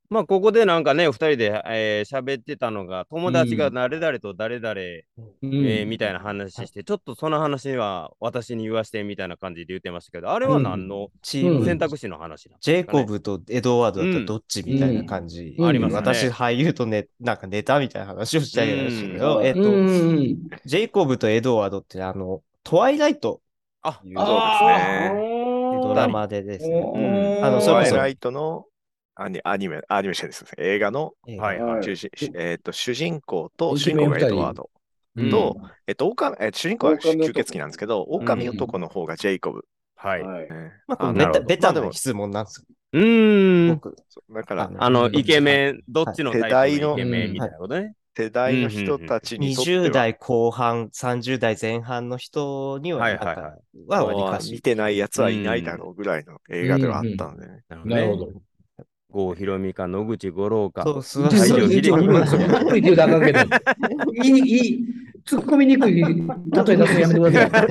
[SPEAKER 1] まあ、ここでなんかね、ふたりでえー喋ってたのが、友達が
[SPEAKER 2] うん
[SPEAKER 1] 誰々と誰々、
[SPEAKER 2] う
[SPEAKER 1] えー
[SPEAKER 2] ん。
[SPEAKER 1] みたいな話して、ちょっとその話は私に言わしてみたいな感じで言ってましたけど、あれは何の
[SPEAKER 4] チーム、
[SPEAKER 2] うん
[SPEAKER 1] 選択肢の話なん
[SPEAKER 4] ジェイ
[SPEAKER 1] ですかね。
[SPEAKER 4] コブとエドワードだったら
[SPEAKER 1] うん
[SPEAKER 4] どっちみたいな感じ。
[SPEAKER 2] うん
[SPEAKER 1] あります
[SPEAKER 4] 私、
[SPEAKER 1] ね。
[SPEAKER 4] 俳優とね、なんかネタみたいな話をしたりましたけど、
[SPEAKER 3] うん
[SPEAKER 4] えっ
[SPEAKER 2] う
[SPEAKER 4] と、
[SPEAKER 2] ん。
[SPEAKER 4] ジェイコブとエドワードって、あの、トワイライト
[SPEAKER 1] あ、
[SPEAKER 4] いう
[SPEAKER 5] そうです
[SPEAKER 2] あ
[SPEAKER 5] ね。
[SPEAKER 4] ドラマでですね、
[SPEAKER 1] うん
[SPEAKER 4] あの、それこそ
[SPEAKER 5] トワイライトのアニアニメ、アニメーションですね。映画の
[SPEAKER 4] 映画
[SPEAKER 1] はいはい。
[SPEAKER 5] 主人、えっと、主人公と、
[SPEAKER 2] イ
[SPEAKER 5] 主人公が
[SPEAKER 2] ケメン二人
[SPEAKER 5] エドワード
[SPEAKER 1] うん
[SPEAKER 5] と、えっと、狼えっと主人公は
[SPEAKER 3] 狼男
[SPEAKER 5] 吸血鬼なんですけど、狼男の方がジェイコブ。
[SPEAKER 1] はい。
[SPEAKER 3] はい。
[SPEAKER 5] ね
[SPEAKER 4] まあ、これ
[SPEAKER 5] あの
[SPEAKER 4] ベタ
[SPEAKER 1] なるほど
[SPEAKER 4] ベタな
[SPEAKER 5] まあでも、
[SPEAKER 4] 質問なんですよ。
[SPEAKER 1] うーん。
[SPEAKER 4] 僕、
[SPEAKER 5] そうだから、
[SPEAKER 1] あの、イケメ
[SPEAKER 4] ン。
[SPEAKER 1] ン、どっちの
[SPEAKER 5] 世
[SPEAKER 1] タイプの
[SPEAKER 5] 代の
[SPEAKER 1] イケメンみたいなことね。
[SPEAKER 5] 世代の人たちにとっては、
[SPEAKER 4] にじゅう代後半、さんじゅう代前半の人には、
[SPEAKER 1] は
[SPEAKER 4] ないんか、
[SPEAKER 1] はいはい。
[SPEAKER 4] は割かし。
[SPEAKER 5] 見てないやつはいないだろうぐらいの映画ではあったのでね。
[SPEAKER 1] なるほどね。
[SPEAKER 2] なるほど。
[SPEAKER 1] 郷ひろみか野口五郎か。
[SPEAKER 4] そう、そう、
[SPEAKER 2] で
[SPEAKER 4] そう
[SPEAKER 2] それでちょっと古いですよ。古いって言うたらあかんけど、言いに、言い、突っ込みにくい例え出すのやめてくださ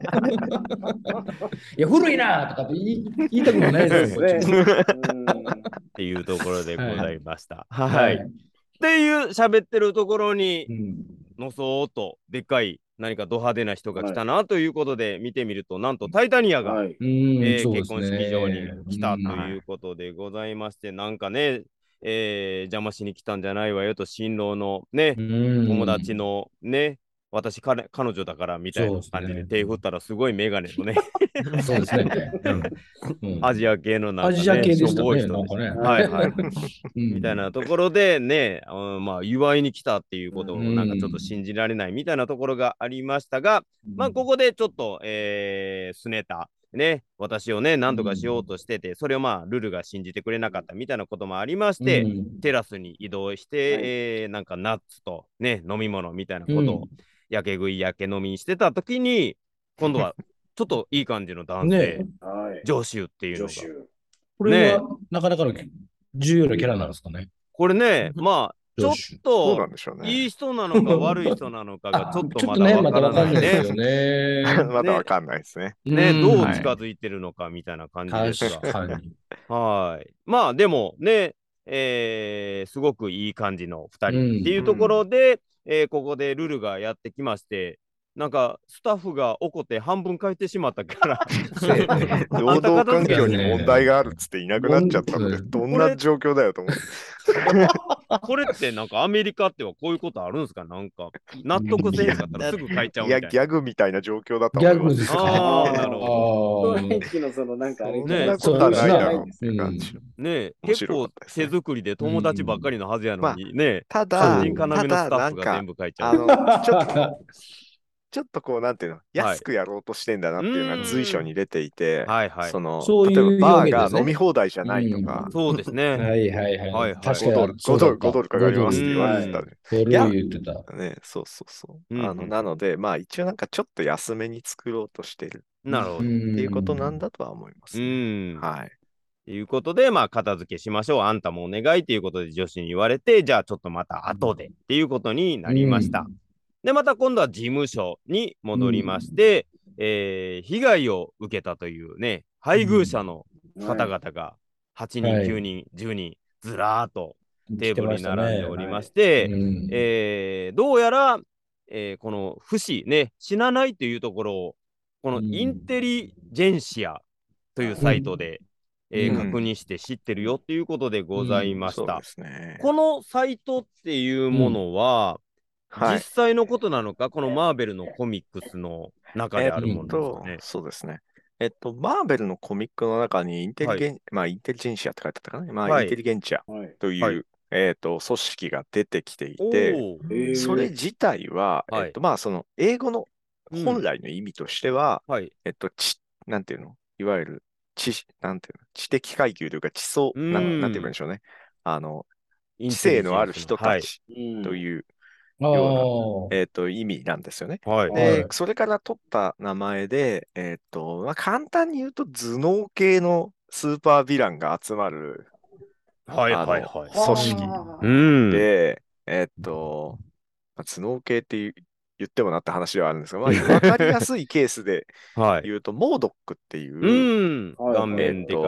[SPEAKER 2] い。いや、古いなとかって言い言いたくもないですよ、こっちも。
[SPEAKER 3] そうですね。うん
[SPEAKER 1] っていうところでございました。
[SPEAKER 2] は
[SPEAKER 1] はい。
[SPEAKER 2] い。
[SPEAKER 1] っていう喋ってるところに
[SPEAKER 2] う、ん
[SPEAKER 1] のそーっとでっかい何かド派手な人が来たなということで見てみると、なんとタイタニアが、
[SPEAKER 3] はい。
[SPEAKER 2] うん、
[SPEAKER 1] えー
[SPEAKER 2] そうです
[SPEAKER 1] 結婚式場に
[SPEAKER 2] ね。
[SPEAKER 1] 来たと
[SPEAKER 2] うん
[SPEAKER 1] いうことでございまして、なんかね、えー邪魔しに来たんじゃないわよと、新郎のね、
[SPEAKER 2] うん
[SPEAKER 1] 友達のね、私彼、彼女だからみたいな感じで手振ったら、すごいメガネのね、
[SPEAKER 2] そうですね。うんうん
[SPEAKER 1] アジア系のなんかね、
[SPEAKER 2] アジア系でしたね
[SPEAKER 1] しょぼい人でした
[SPEAKER 2] なんかね
[SPEAKER 1] はいはい。
[SPEAKER 2] うん
[SPEAKER 1] みたいなところでね、うんまあ、祝いに来たっていうことを
[SPEAKER 2] うん
[SPEAKER 1] なんかちょっと信じられないみたいなところがありましたが、まあ、ここでちょっと、えー、すねた、ね、私をね、何とかしようとしてて、それをまあ、ルルが信じてくれなかったみたいなこともありまして、
[SPEAKER 2] うん
[SPEAKER 1] テラスに移動して、
[SPEAKER 3] はい
[SPEAKER 1] えーなんかナッツとね、飲み物みたいな
[SPEAKER 2] うん
[SPEAKER 1] ことを、やけ食いやけ飲みしてた時に、今度はちょっといい感じの男性、
[SPEAKER 2] ね
[SPEAKER 3] はい。
[SPEAKER 1] ジョシュっていうのが。
[SPEAKER 3] 助手。
[SPEAKER 2] これはなかなかの重要なキャラなんですかね。
[SPEAKER 1] これね、まあ、ちょっ
[SPEAKER 2] ジョシュ
[SPEAKER 5] そう
[SPEAKER 1] と
[SPEAKER 5] なんでしょうね。
[SPEAKER 1] いい人なのか悪い人なのかが
[SPEAKER 2] あ
[SPEAKER 1] ちょっと
[SPEAKER 2] ちょっとね、
[SPEAKER 1] まだわ
[SPEAKER 2] まだわ
[SPEAKER 1] からないね
[SPEAKER 2] かんないですよ。ね。
[SPEAKER 5] まだわかんないですね。
[SPEAKER 1] ね、
[SPEAKER 2] うん
[SPEAKER 1] どう近づいてるのかみたいな感じです
[SPEAKER 2] 確
[SPEAKER 1] が。
[SPEAKER 2] かに。
[SPEAKER 1] はい。まあでもね、えーすごくいい感じのふたり
[SPEAKER 2] うん
[SPEAKER 1] っていうところで、えーここでルルがやってきまして、なんかスタッフが怒って半分変えてしまったから
[SPEAKER 5] 労働環境に問題があるっつっていなくなっちゃったので、
[SPEAKER 2] うん
[SPEAKER 5] どんな状況だよと思って。
[SPEAKER 1] これってなんかアメリカってはこういうことあるんですか？なんか納得せんかったらすぐ変えちゃう
[SPEAKER 5] いや、
[SPEAKER 1] みたいな。
[SPEAKER 5] ギャグみたいな状況だと
[SPEAKER 2] ギ
[SPEAKER 5] 思います。
[SPEAKER 2] ャグですか。
[SPEAKER 1] あーなるほ
[SPEAKER 3] ストライキのそのなんかあれ
[SPEAKER 5] そん
[SPEAKER 1] ね
[SPEAKER 5] なことはないだろうっていう
[SPEAKER 2] そう
[SPEAKER 5] 感じ。
[SPEAKER 1] ねえ、
[SPEAKER 5] 面
[SPEAKER 1] 結構
[SPEAKER 5] 白かったですね
[SPEAKER 1] 手作りで友達ばっかりのはずやのに、ね
[SPEAKER 5] ただ、
[SPEAKER 1] 肝心要の
[SPEAKER 5] ただ、
[SPEAKER 1] スタッ
[SPEAKER 5] なんか
[SPEAKER 1] フが全、部書いちゃう。
[SPEAKER 5] あの、ちょっと、ちょっとこう、なんていうの、安くやろうとしてんだなっていうの
[SPEAKER 1] うん
[SPEAKER 5] が随所に出ていて、
[SPEAKER 1] はいはい。
[SPEAKER 5] その、
[SPEAKER 2] そういう
[SPEAKER 5] 例えばバー
[SPEAKER 2] 表現ですね
[SPEAKER 5] が飲み放題じゃないとか、
[SPEAKER 1] そうですね。
[SPEAKER 2] はいはいはい。
[SPEAKER 1] はいはい
[SPEAKER 2] 確か
[SPEAKER 5] 5ドル、
[SPEAKER 2] に。
[SPEAKER 5] ごドル、ご
[SPEAKER 2] ド
[SPEAKER 5] ドルかかりますって言われてた
[SPEAKER 3] うん
[SPEAKER 5] ね。
[SPEAKER 2] それ
[SPEAKER 5] いや
[SPEAKER 2] 言ってた。
[SPEAKER 5] ね、そうそうそう。
[SPEAKER 1] うんうん
[SPEAKER 5] あの、なので、まあ一応なんかちょっと安めに作ろうとしてる
[SPEAKER 1] なるほど。
[SPEAKER 2] っ
[SPEAKER 5] っていうことなんだとは思います
[SPEAKER 1] う
[SPEAKER 5] ね。
[SPEAKER 1] ん。
[SPEAKER 5] はい。
[SPEAKER 1] ということで、まあ、片付けしましょう。あんたもお願いということで女子に言われて、じゃあちょっとまた後でっていうことになりました。で、また今度は事務所に戻りまして、えー被害を受けたというね、配偶者の方々がはちにん、
[SPEAKER 2] はい
[SPEAKER 1] きゅうにん、じゅうにん、ずらーっとテーブルに並んでおりまし
[SPEAKER 2] う
[SPEAKER 1] て、
[SPEAKER 2] ん
[SPEAKER 1] えーどうやら、えーこの不死ね、死なないというところを、このインテリジェンシアというサイトで、えー
[SPEAKER 5] うん
[SPEAKER 1] 確認して知ってるよっていうことでございました。
[SPEAKER 5] そうですね。
[SPEAKER 1] このサイトっていうものは、
[SPEAKER 5] はい
[SPEAKER 1] 実際のことなのか、このマーベルのコミックスの中であるものです
[SPEAKER 5] と
[SPEAKER 1] かね。
[SPEAKER 5] そうですね。えっと、マーベルのコミックの中にインテリゲン、まあ、インテリジェンシアって書いてあったかな。まあ、
[SPEAKER 1] はい
[SPEAKER 5] インテリゲンチア
[SPEAKER 3] はい。
[SPEAKER 5] という、
[SPEAKER 1] はい
[SPEAKER 5] えっと、組織が出てきてい
[SPEAKER 1] お
[SPEAKER 5] て、
[SPEAKER 1] ー
[SPEAKER 3] えー
[SPEAKER 5] それ自体は、
[SPEAKER 1] はい
[SPEAKER 5] えっと、まあ、その、英語の
[SPEAKER 1] うん
[SPEAKER 5] 本来の意味としては、
[SPEAKER 1] はい。
[SPEAKER 5] えっと、知、なんていうのいわゆる、知、なんていうの知的階級というか、知想、
[SPEAKER 1] うん
[SPEAKER 5] なん、なんて言えばいいんでしょうね。あの、知
[SPEAKER 1] インテリジェンス
[SPEAKER 5] 性のある人たち
[SPEAKER 3] うん
[SPEAKER 5] という、
[SPEAKER 2] ああ。
[SPEAKER 5] えっと、意味なんですよね。
[SPEAKER 1] はい。はい。
[SPEAKER 5] で、
[SPEAKER 2] はい
[SPEAKER 5] それから取った名前で、えっと、まあ、簡単に言うと頭脳系のスーパーヴィランが集まる
[SPEAKER 1] はい。
[SPEAKER 5] あの
[SPEAKER 1] はい。はい。
[SPEAKER 5] 組織
[SPEAKER 3] は
[SPEAKER 1] うん。
[SPEAKER 5] で、えっと、まあ頭脳系って言う言ってもなって話ではあるんですが、まあ、わかりやすいケースで
[SPEAKER 1] はい。
[SPEAKER 5] 言うと、モードックっていう、
[SPEAKER 1] うん。
[SPEAKER 3] はい
[SPEAKER 1] 顔面でかい。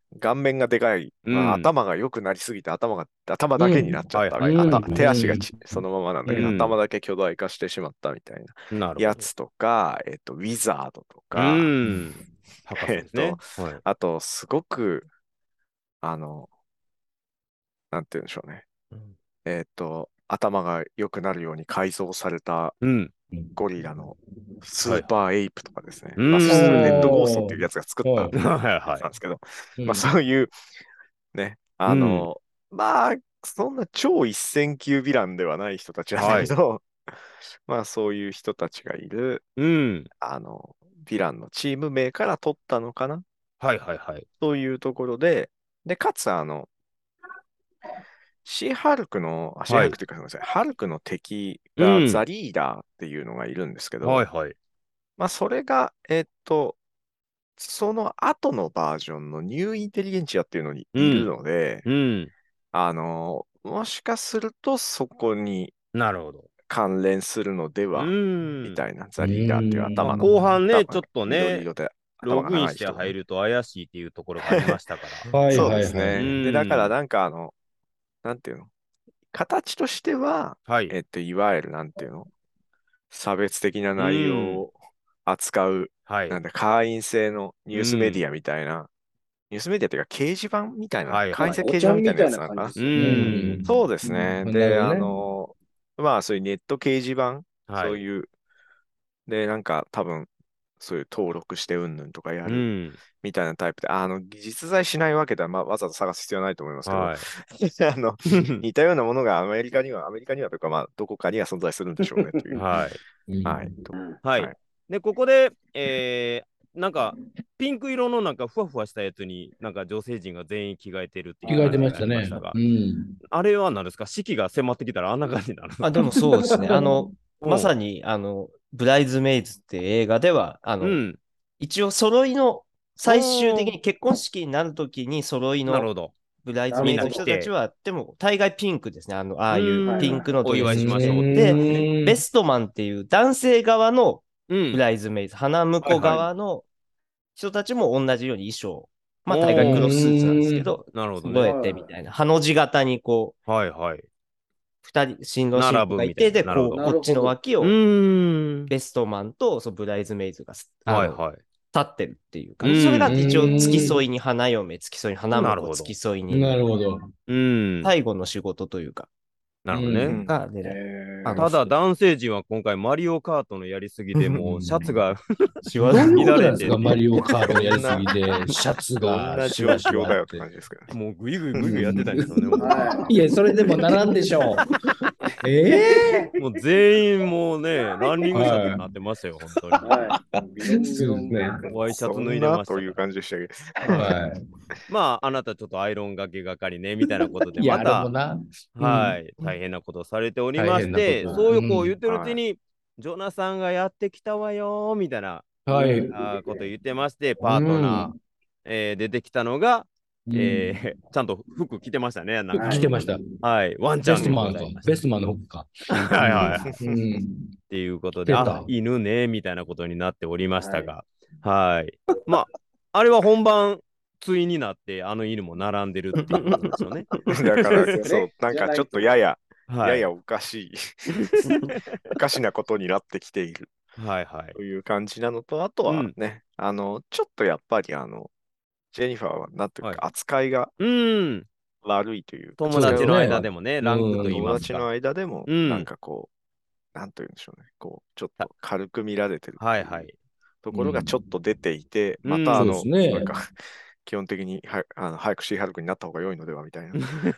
[SPEAKER 5] 顔面がでかい、まあ
[SPEAKER 1] うん
[SPEAKER 5] 頭が良くなりすぎて頭が、頭だけになっちゃった。
[SPEAKER 1] うんはい
[SPEAKER 2] はい
[SPEAKER 5] あた手足がち
[SPEAKER 2] うん
[SPEAKER 5] そのままなんだけど、
[SPEAKER 1] うん
[SPEAKER 5] 頭だけ巨大化してしまったみたいな
[SPEAKER 1] なるほど。
[SPEAKER 5] やつとか、えっと、ウィザードと
[SPEAKER 1] う
[SPEAKER 5] か、
[SPEAKER 1] ん。博士ですね。はい。
[SPEAKER 5] あと、すごく、あの、なんて言うんでしょうね。
[SPEAKER 4] うん
[SPEAKER 5] えっと、頭が良くなるように改造された
[SPEAKER 1] うん。
[SPEAKER 5] ゴリラのスーパーエイプとかですね。
[SPEAKER 1] はい
[SPEAKER 5] まあ、システムレッドゴースト
[SPEAKER 2] おー
[SPEAKER 5] っていうやつが作った
[SPEAKER 2] はい
[SPEAKER 5] や
[SPEAKER 1] はいはい。
[SPEAKER 5] つなんですけど、
[SPEAKER 2] うん
[SPEAKER 5] まあ、そういう、ね、あの、まあ、そんな超一線級ヴィランではない人たちなんだけど、まあ、そういう人たちがいる、
[SPEAKER 1] うん。
[SPEAKER 5] あの、ヴィランのチーム名から取ったのかな
[SPEAKER 1] はいはいはい。
[SPEAKER 5] というところで、で、かつ、あの、シーハルクの、あシーハルクっていうか、すみません、ハルクの敵が
[SPEAKER 1] うん
[SPEAKER 5] ザリーダーっていうのがいるんですけど、
[SPEAKER 1] はいはい。
[SPEAKER 5] まあ、それが、えっと、その後のバージョンのニューインテリゲンチアっていうのにいるので、
[SPEAKER 1] うん。
[SPEAKER 5] あの、もしかするとそこに
[SPEAKER 1] なるほど。
[SPEAKER 5] 関連するので
[SPEAKER 1] う
[SPEAKER 5] は、
[SPEAKER 1] ん。
[SPEAKER 5] みたいな、ザリーダーっていう
[SPEAKER 2] うん
[SPEAKER 5] 頭の、
[SPEAKER 1] 後半ね、
[SPEAKER 5] 多分
[SPEAKER 1] ちょっとね、
[SPEAKER 5] 緑色で頭が
[SPEAKER 1] ログイン
[SPEAKER 5] 長い人がね。
[SPEAKER 1] して入ると怪しいっていうところがありましたから。
[SPEAKER 2] はい
[SPEAKER 5] そう
[SPEAKER 2] はいはい。
[SPEAKER 5] ですね。
[SPEAKER 1] うん
[SPEAKER 5] で、だからなんかあの、なんていうの、形としては、
[SPEAKER 1] はい。
[SPEAKER 5] えっと、いわゆるなんていうの、差別的な
[SPEAKER 1] う
[SPEAKER 5] 内容
[SPEAKER 1] ん。
[SPEAKER 5] を扱う、
[SPEAKER 1] はい。
[SPEAKER 5] なんだ、会員制のニュースメデ
[SPEAKER 1] うん
[SPEAKER 5] ィアみたいな、ニュースメディアっていうか掲示板みたいな、
[SPEAKER 1] はいはい
[SPEAKER 5] 会員制掲
[SPEAKER 3] お
[SPEAKER 5] 示板みたいなや
[SPEAKER 3] ちゃんみたい
[SPEAKER 5] つなのかな。
[SPEAKER 3] な感じです
[SPEAKER 1] う
[SPEAKER 3] よね。
[SPEAKER 1] ん。
[SPEAKER 5] そうですね。
[SPEAKER 2] うん
[SPEAKER 5] で、あ
[SPEAKER 2] なるほどね
[SPEAKER 5] の、まあ、そういうネット掲示板、
[SPEAKER 1] はい。
[SPEAKER 5] そういう、で、なんか多分、そういう登録してうんぬんとかや
[SPEAKER 1] う
[SPEAKER 5] る
[SPEAKER 1] ん。
[SPEAKER 5] みたいなタイプで、あの、実在しないわけでは、まあ、わざわざ探す必要はないと思いますけど、
[SPEAKER 1] はい。
[SPEAKER 5] あの、似たようなものがアメリカには、アメリカにはというか、まあ、どこかには存在するんでしょうねという。
[SPEAKER 1] はい。
[SPEAKER 2] うん
[SPEAKER 5] はい。
[SPEAKER 3] うん
[SPEAKER 1] はい。
[SPEAKER 5] はい
[SPEAKER 1] で、ここで、えー、なんか、ピンク色のなんかふわふわしたやつに、なんか女性陣が全員着替えてるっていう
[SPEAKER 2] 着替えてま
[SPEAKER 1] 話がありま
[SPEAKER 2] したね。
[SPEAKER 1] したが、
[SPEAKER 2] うん。
[SPEAKER 1] あれは何ですか、四季が迫ってきたらあんな感じになるのか。
[SPEAKER 4] あ、でもそうですね。あの、
[SPEAKER 1] うん
[SPEAKER 4] まさに、あの、ブライズメイズっていう映画では、あの、
[SPEAKER 1] うん。
[SPEAKER 4] 一応揃いの、最終的に結婚式になるときに揃いの
[SPEAKER 1] なるほど。
[SPEAKER 4] ブライズメイズの人たちは、でも大概ピンクですね。あの、ああいうピンクのドレス
[SPEAKER 1] お祝いしましょう
[SPEAKER 4] 着
[SPEAKER 1] って
[SPEAKER 4] て、ベストマンっていう男性側の
[SPEAKER 1] うん。
[SPEAKER 4] ブライズメイズ、花婿側の人たちも同じように衣装。まあ大概黒スーツなんですけど、
[SPEAKER 1] なるほどね。
[SPEAKER 4] 揃えてみたいな。ハの字型にこう、
[SPEAKER 1] はいはい。
[SPEAKER 4] 二人、新郎新婦がいて、で、
[SPEAKER 1] 並ぶみたいな
[SPEAKER 4] こう、
[SPEAKER 3] なるほど
[SPEAKER 4] こっちの脇
[SPEAKER 1] う
[SPEAKER 4] を、
[SPEAKER 1] ーん。
[SPEAKER 4] ベストマンとそのブライズメイズがすあの
[SPEAKER 1] はいはい。
[SPEAKER 4] 立ってるっていう感じ。
[SPEAKER 1] うん
[SPEAKER 4] それが一応付き添いに花嫁、付き添いに花婿、
[SPEAKER 1] なるほど
[SPEAKER 4] 付き添いに
[SPEAKER 2] なるほど。
[SPEAKER 1] うん。
[SPEAKER 4] 最後の仕事というか、
[SPEAKER 1] なるほどね。
[SPEAKER 2] うん
[SPEAKER 4] が狙い。
[SPEAKER 3] え
[SPEAKER 4] あの
[SPEAKER 1] ただ男性陣は今回マリオカートのやりすぎでもうシャツが
[SPEAKER 4] シワ
[SPEAKER 2] どういうこと
[SPEAKER 1] 乱れて
[SPEAKER 2] なんですか、マリオカートやりすぎて、シャツ
[SPEAKER 5] ど
[SPEAKER 2] が
[SPEAKER 5] んな状
[SPEAKER 2] シワシワ
[SPEAKER 5] 況だよって
[SPEAKER 2] って
[SPEAKER 5] 感じですけどね。
[SPEAKER 1] もうグイグイグイグイやってたんですよね。もう
[SPEAKER 3] はい
[SPEAKER 2] や、それでもならんでしょう。ええ
[SPEAKER 1] もう全員もうね、ランニングシャツになってましたよ、本当に。
[SPEAKER 3] はい。ビロンビロン
[SPEAKER 2] そうですね
[SPEAKER 1] ワイシャツ
[SPEAKER 5] そ
[SPEAKER 1] 脱い
[SPEAKER 5] ん
[SPEAKER 1] でましたから
[SPEAKER 5] なという感じでしたけど。
[SPEAKER 2] はい。
[SPEAKER 1] まあ、あなたちょっとアイロンがけ係ね、みたいなことで、
[SPEAKER 2] いや、
[SPEAKER 1] また、
[SPEAKER 2] あれもな。
[SPEAKER 1] はい、大変なことをされておりまし
[SPEAKER 2] 大
[SPEAKER 1] て、
[SPEAKER 2] 変なこと
[SPEAKER 1] そういうこう言ってるうち
[SPEAKER 5] うん
[SPEAKER 1] に、ジョナサンがやってきたわよ、みたいな
[SPEAKER 2] はい。
[SPEAKER 1] あーこと言ってまして、パートナー、えー出てきたのが、えーちゃんと服着てましたね。なんか
[SPEAKER 2] 着てました。
[SPEAKER 1] はい、ワンちゃんで
[SPEAKER 2] ベストマンか
[SPEAKER 1] ございま。した
[SPEAKER 2] ベストマンの服か。
[SPEAKER 1] はいはい。
[SPEAKER 2] うん。
[SPEAKER 1] っていうことで、
[SPEAKER 2] 出た
[SPEAKER 1] あ、犬ね、みたいなことになっておりましたが、はい。まあ、あれは本番、対になって、あの犬も並んでるっていうことですよね。
[SPEAKER 5] だから、
[SPEAKER 3] そうですよね
[SPEAKER 5] そう、なんかちょっとやや、
[SPEAKER 1] はい。
[SPEAKER 5] ややおかしい、おかしなことになってきている
[SPEAKER 1] はいはい。
[SPEAKER 5] という感じなのと、あとはね、あの、ちょっとやっぱりあの、ジェニファーは、なんていう
[SPEAKER 1] はい
[SPEAKER 5] か、扱いが
[SPEAKER 1] うん。
[SPEAKER 5] 悪いというか、
[SPEAKER 1] 友達の間
[SPEAKER 2] で
[SPEAKER 1] でもね、ランクと言います
[SPEAKER 5] 友達の
[SPEAKER 1] か。
[SPEAKER 5] 間でも、
[SPEAKER 1] うん
[SPEAKER 5] なんかこう、なんというんでしょうね、こう、ちょっと軽く見られてるって
[SPEAKER 1] はいはいいう
[SPEAKER 5] ところがちょっと出ていて、
[SPEAKER 1] うん
[SPEAKER 5] またあの、
[SPEAKER 2] そうですね
[SPEAKER 5] なんか、基本的にはあの早くシーハルクになった方が良いのではみたいな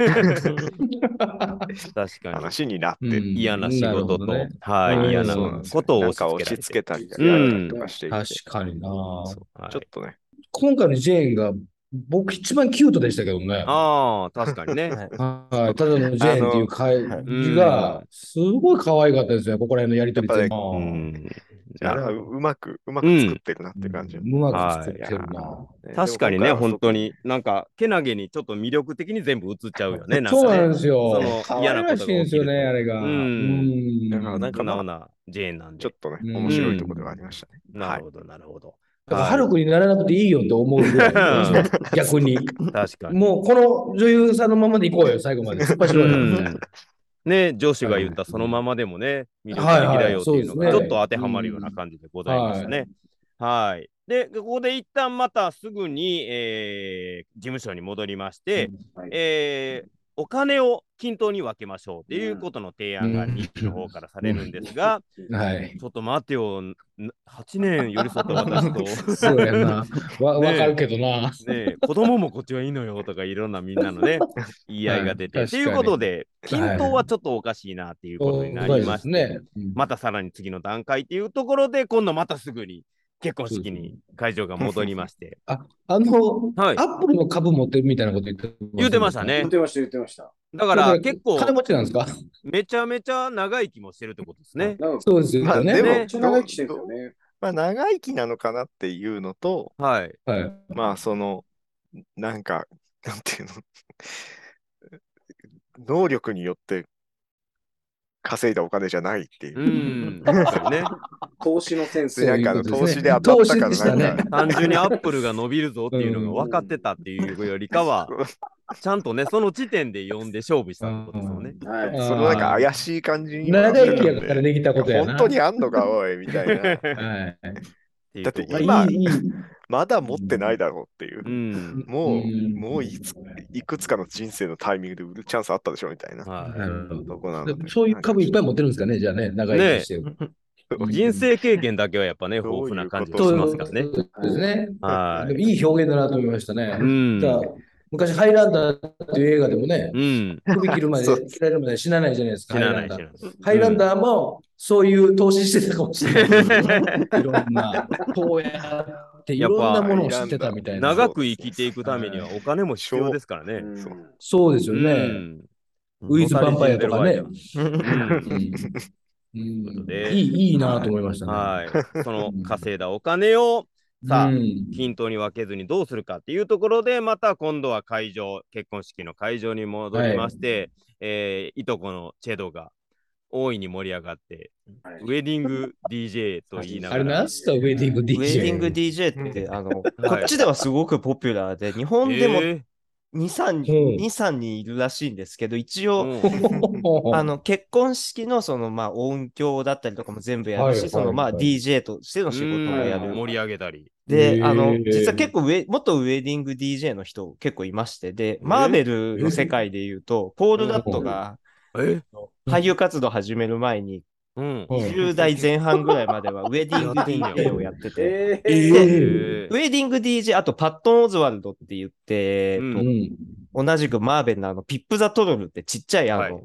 [SPEAKER 1] 確かに。
[SPEAKER 5] 話になってる。
[SPEAKER 2] うん
[SPEAKER 1] 嫌な仕
[SPEAKER 2] なる
[SPEAKER 1] 事と、
[SPEAKER 2] ほどね
[SPEAKER 1] はい、
[SPEAKER 2] うん
[SPEAKER 1] 嫌な
[SPEAKER 5] そうなんですよ
[SPEAKER 1] ことを
[SPEAKER 5] なんか
[SPEAKER 1] 押し付けられて
[SPEAKER 5] 押し付けたりやられたりとかしていて、
[SPEAKER 2] 確かにな。
[SPEAKER 5] そう
[SPEAKER 1] はい
[SPEAKER 5] ちょっとね、
[SPEAKER 2] 今回のジェーンが、僕一番キュートでしたけどね。
[SPEAKER 1] ああ、確かにね。
[SPEAKER 4] はい
[SPEAKER 2] はい。ただのジェーンっていう感じ
[SPEAKER 1] う
[SPEAKER 2] が
[SPEAKER 1] ん、
[SPEAKER 2] すごい可愛かったですね。ここら辺のやりとり
[SPEAKER 5] やっぱ
[SPEAKER 1] う
[SPEAKER 2] うん
[SPEAKER 1] ん。
[SPEAKER 5] あれはううまく、うまく作ってるなっていう感じ。
[SPEAKER 2] うまく作ってるな。
[SPEAKER 5] ね
[SPEAKER 1] 確かにね、
[SPEAKER 5] でも今回は
[SPEAKER 1] 本当に、なんか、けなげにちょっと魅力的に全部映っちゃうよね。なん
[SPEAKER 2] そう
[SPEAKER 1] かね。
[SPEAKER 2] なんですよ。
[SPEAKER 1] その
[SPEAKER 2] 可
[SPEAKER 1] 嫌な
[SPEAKER 2] 愛らしいんですよね、あれが。
[SPEAKER 1] うん
[SPEAKER 2] うん
[SPEAKER 5] だからなんか
[SPEAKER 1] 素直なジェーンなんで。
[SPEAKER 5] ちょっとね、
[SPEAKER 2] うん
[SPEAKER 5] 面白いところではありましたね。はい。
[SPEAKER 1] なるほど、なるほど。
[SPEAKER 2] だからハルクにならなくていいよって思うぐらい、逆に。
[SPEAKER 1] 確かに。
[SPEAKER 2] もうこの女優さんのままでいこうよ、最後まで。突っ走ろうよみたいな。
[SPEAKER 1] ね、上司が言ったそのままでもね、魅力的だよっていうのがちょっと当てはまるような感じでございましたね。はい。で、ここで一旦またすぐに、えー、事務所に戻りまして、うん、えー、お金を均等に分けましょうっていうことの提案が日記の方からされるんですが、はい、ちょっと待ってよ、はちねん寄り添った私と。
[SPEAKER 2] そうやな。わ、ね、わかるけどな。
[SPEAKER 1] ね、子供もこっちはいいのよとかいろんなみんなのね、言い合いが出て。と、はい、いうことで、均等はちょっとおかしいなっていうことになりまして、はいね、またさらに次の段階っていうところで、今度またすぐに結婚式に会場が戻りまして。
[SPEAKER 2] あ、あの、はい、アップルの株持ってるみたいなこと言って
[SPEAKER 1] 言ってましたね。
[SPEAKER 3] 言ってました、言ってました。
[SPEAKER 1] だから結構、
[SPEAKER 2] 金持ちなんですか？
[SPEAKER 1] めちゃめちゃ長生きもしてるってことですね。
[SPEAKER 2] そうですよね。まあ、でも、
[SPEAKER 3] めっちゃ長生きしてるんですよね。
[SPEAKER 5] まあ、長生きなのかなっていうのと、
[SPEAKER 1] はい。
[SPEAKER 5] まあ、その、なんか、なんていうの、能力によって稼いだお金じゃないっていう。うん。
[SPEAKER 1] ね、
[SPEAKER 3] 投資のセンス。
[SPEAKER 5] なんかの投資で当たったからなんか、
[SPEAKER 1] ね、単純にアップルが伸びるぞっていうのが分かってたっていうよりかは、ちゃんとね、その時点で読んで勝負したってことですよね。
[SPEAKER 5] はい、そのなんか怪しい感じに
[SPEAKER 2] 長生きやからできたことやな。
[SPEAKER 5] 本当にあんのか、おい、みたいな。はい、だって今、まだ持ってないだろうっていう。うん、もう、もういついくつかの人生のタイミングで売るチャンスあったでしょみたいな。
[SPEAKER 2] とこなのでそういう株いっぱい持ってるんですかね、じゃあね、長生きしてる。ね、
[SPEAKER 1] 人生経験だけはやっぱね、豊富な感じがしますからね。
[SPEAKER 2] そうですね。はい。いい表現だなと思いましたね。うん。昔、ハイランダーっていう映画でもね、うん、首切るまで、切られるまで死なないじゃないですか、ハイランダー。ハイランダーもそういう投資してたかもしれない。いろんな、こうやっていろんなものを知ってたみたいな。
[SPEAKER 1] 長く生きていくためにはお金も必要ですからね。
[SPEAKER 2] そうですよね。ウィズ・ヴァンパイアとかね。いい、いいなと思いましたね。
[SPEAKER 1] はい。その稼いだお金を、さあ、均等に分けずにどうするかっていうところで、また今度は会場、結婚式の会場に戻りまして、はい、えー、いとこのチェドが大いに盛り上がって、はい、ウェディング ディージェー と言いながら。
[SPEAKER 2] あれなんすか、ウェディング ディージェー。
[SPEAKER 4] ウェディング ディージェー って、あの、こっちではすごくポピュラーで、日本でも、えーに、さんにんいるらしいんですけど、一応、うん、あの結婚式のそのまあ音響だったりとかも全部やるし、はい、そのまあ ディージェー としての仕事もやる。
[SPEAKER 1] 盛り上げたり。
[SPEAKER 4] で、あの、実は結構ウェ、元ウェディング ディージェー の人結構いまして、で、マーベルの世界で言うと、ポール・ダットが俳優活動始める前に、うん、にじゅう代前半ぐらいまではウェディング ディージェー をやってて、えー、でウェディング ディージェー、あとパットン・オズワルドって言って、うん、同じくマーベルのあのピップ・ザ・トロルってちっちゃいあの、はい、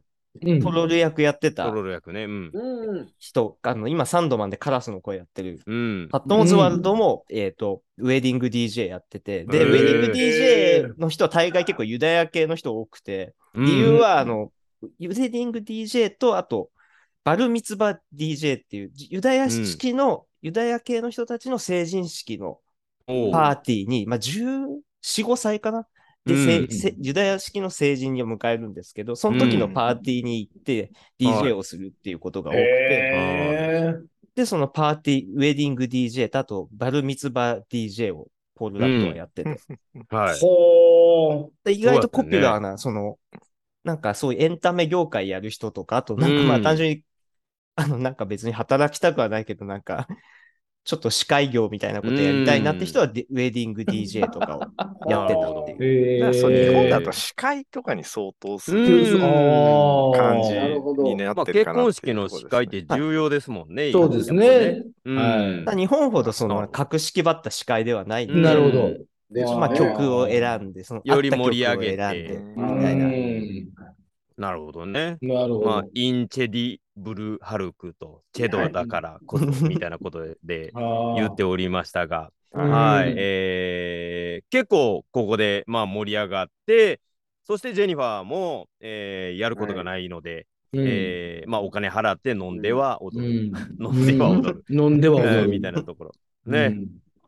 [SPEAKER 4] トロル役やってた
[SPEAKER 1] トロル役ね、うん、
[SPEAKER 4] 人、あの今サンドマンでカラスの声やってる、うん、パットン・オズワルドも、えーと、ウェディング ディージェー やってて、で、ウェディング ディージェー の人は大概結構ユダヤ系の人多くて、理由はあの、ウェディング ディージェー とあと、バルミツバ ディージェー っていうユダヤ式の、うん、ユダヤ系の人たちの成人式のパーティーに、まあ、じゅうよん、ごさいかなで、うん、ユダヤ式の成人を迎えるんですけど、その時のパーティーに行って ディージェー をするっていうことが多くて、うん、で、そのパーティー、ウェディング ディージェー とあとバルミツバ ディージェー をポール・ラットはやってて。
[SPEAKER 1] うん、はい。
[SPEAKER 4] ほー。意外とポピュラーな、その、なんかそういうエンタメ業界やる人とか、あとなんかまあ単純に、あの、なんか別に働きたくはないけど、なんか、ちょっと司会業みたいなことやりたいなって人は、ウェディング ディージェー とかをやってたっていう。
[SPEAKER 5] だからそう日本だと司会とかに相当する感じになってるかな。
[SPEAKER 1] まあ、結婚式の司会って重要ですもんね。
[SPEAKER 2] そうですね。
[SPEAKER 4] はい、日本ほどその格式ばった司会ではないんで。
[SPEAKER 2] なるほど。
[SPEAKER 4] まあ、曲を選んで、その
[SPEAKER 1] より盛り上げ
[SPEAKER 4] て、みたいな。
[SPEAKER 1] なるほどね。
[SPEAKER 2] なるほど。
[SPEAKER 1] まあ、インチェディブルハルクとチェドだからこそみたいなことで言っておりましたが、はい、えー、結構ここでまあ盛り上がって、そしてジェニファーも、えー、やることがないので、はい、えー、まあお金払って飲んでは踊る。うん、飲んでは踊る。
[SPEAKER 2] 飲んでは踊る。
[SPEAKER 1] みたいなところ。ね。うん、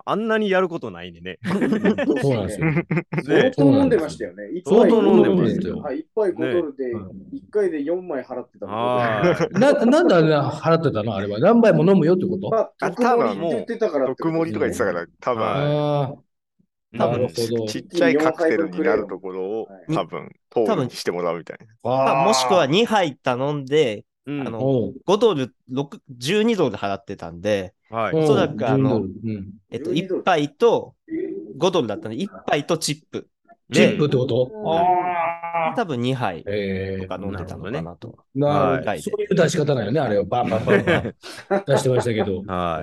[SPEAKER 1] あんなにやることないんでね。
[SPEAKER 2] そうなんですよ。
[SPEAKER 3] 相当飲んでましたよね。
[SPEAKER 1] 相当飲んでましたよ。
[SPEAKER 3] はい、いっぱいごドルで、いっかいでよんまい払ってたの。
[SPEAKER 2] ななんであれ払ってたのあれは。何杯も飲むよってこと？
[SPEAKER 3] まあ、特盛りって言ってたから。
[SPEAKER 5] 特盛りとか言ってたから、多分。
[SPEAKER 4] 多分
[SPEAKER 5] ちっちゃいカクテルになるところを多分トールにしてもらうみたいな。
[SPEAKER 4] まあ、もしくはにはい頼んで、あのごドル、じゅうにドル払ってたんで、
[SPEAKER 1] はい、
[SPEAKER 4] おそらくあの、えっと、いっぱいとごドルだったんで、いっぱいとチップ。
[SPEAKER 2] チップってこと？
[SPEAKER 4] ああ。多分にはいとか飲んでたのかなと。
[SPEAKER 2] なるほど。そういう出し方なんよね、あれをバンバンバンバン出してましたけど。
[SPEAKER 1] はい。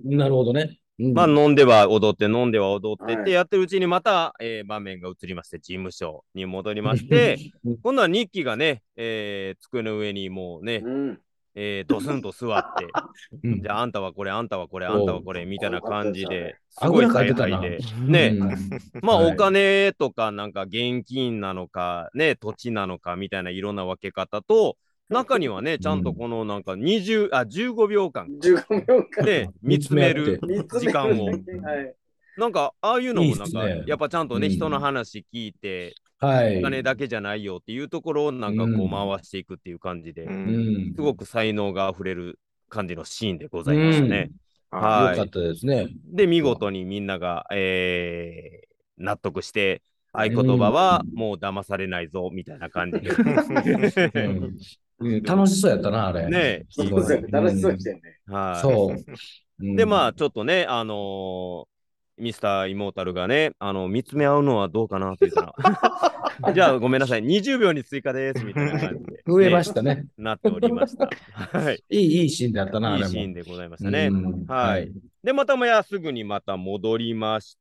[SPEAKER 2] なるほどね。
[SPEAKER 1] まあ、飲んでは踊って、飲んでは踊ってってやってるうちにまた、えー、場面が移りまして、事務所に戻りまして、今度は日記がね、えー、机の上にもうね、うん、えー、ドスンと座って、うん、じゃああんたはこれ、あんたはこれ、あんたはこれみたいな感じで、すごい采配で、ね、うん、まあ、はい、お金とかなんか現金なのか、ね、土地なのかみたいないろんな分け方と、中にはね、ちゃんとこのなんかにじゅう、あ、じゅうごびょうかん。
[SPEAKER 3] じゅうごびょうかん。
[SPEAKER 1] で、見つめる時間を。なんか、ああいうのもなんか、やっぱちゃんとね、人の話聞いて、お金だけじゃないよっていうところをなんかこう回していくっていう感じで、すごく才能があふれる感じのシーンでございましたね。
[SPEAKER 2] はい。よかったですね。
[SPEAKER 1] で、見事にみんなが、えー、納得して、合言葉はもう騙されないぞみたいな感じで。
[SPEAKER 2] うん、楽しそうやったな、あれ。
[SPEAKER 1] ね
[SPEAKER 3] え、楽しそうでしたよね。
[SPEAKER 1] はい。
[SPEAKER 2] そう。
[SPEAKER 1] で、まあ、ちょっとね、あのー、ミスターイモータルがね、あの、見つめ合うのはどうかなって言ったら、じゃあごめんなさい、にじゅうびょうに追加ですみたいな感じで、ね。
[SPEAKER 2] 増えましたね。
[SPEAKER 1] なっておりました。はい。
[SPEAKER 2] いい、いいシーンだったな、
[SPEAKER 1] いいシーンでございましたね。はい。で、またもやすぐにまた戻りまして、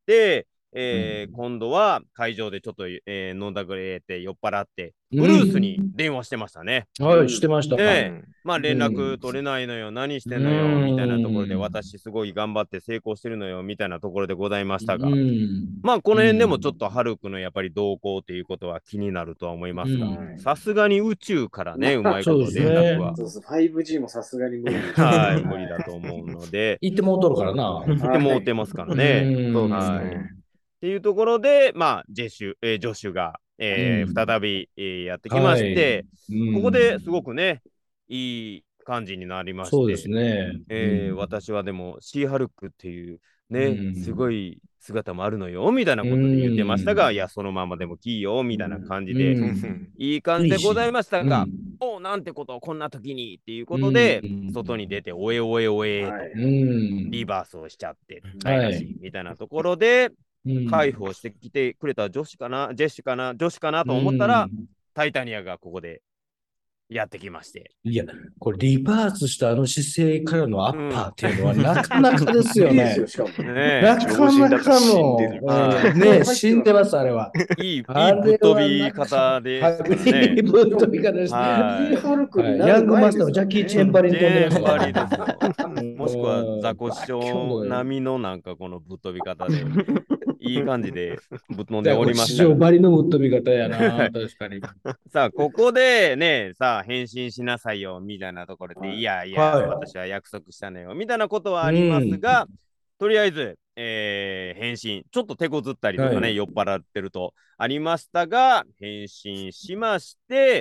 [SPEAKER 1] えーうん、今度は会場でちょっと、えー、飲んだくれて酔っ払ってブルースに電話してましたね。
[SPEAKER 2] うん、はい、してましたか。
[SPEAKER 1] で、まあ連絡取れないのよ、うん、何してんのよ、みたいなところで、私すごい頑張って成功してるのよ、みたいなところでございましたが、うん、まあこの辺でもちょっとハルクのやっぱり動向ということは気になるとは思いますが、さすがに宇宙からね、うまいこと連絡は。
[SPEAKER 3] そうそう、ファイブジー もさすがに無理。
[SPEAKER 1] はい、無理だと思うので。
[SPEAKER 2] 行ってもうとるからな。
[SPEAKER 1] 行ってもうてますからね。そうですね。っていうところで、まあ、ジェシュ、えー、ジョシュが、えーうん、再び、えー、やってきまして、はいうん、ここですごくね、いい感じになりまして、
[SPEAKER 2] そうですね。
[SPEAKER 1] えーうん、私はでも、シーハルクっていうね、うん、すごい姿もあるのよ、みたいなことで言ってましたが、いや、そのままでもいいよ、みたいな感じで、いい感じでございましたが、おなんてことをこんな時にっていうことで、外に出て、おえおえおえと、リバースをしちゃって、台無し、みたいなところで、介抱してきてくれた女子かな、ジェシュかな、女子かなと思ったら、タイタニアがここでやってきまして。
[SPEAKER 2] いや、これリバースしたあの姿勢からのアッパーっていうのはなかなかですよね。なかなかの、ね、死んでます、あれは。
[SPEAKER 1] いい、いいぶっ飛び方で。
[SPEAKER 2] いいぶっ飛び方です。ヤングマスターのジャッキー・チェンバリに飛んでました。
[SPEAKER 1] もしくはザコシショウ並みのなんかこのぶっ飛び方で。いい感じでぶっ飛んでおりました。
[SPEAKER 2] 市場張りのぶっ飛び方やな、確かに。
[SPEAKER 1] さあ、ここでね、さあ、返信しなさいよ、みたいなところで、いやいや、はい、私は約束したのよ、みたいなことはありますが、うん、とりあえず、えー、返信、ちょっと手こずったりとかね、はい、酔っ払ってるとありましたが、返信しまして、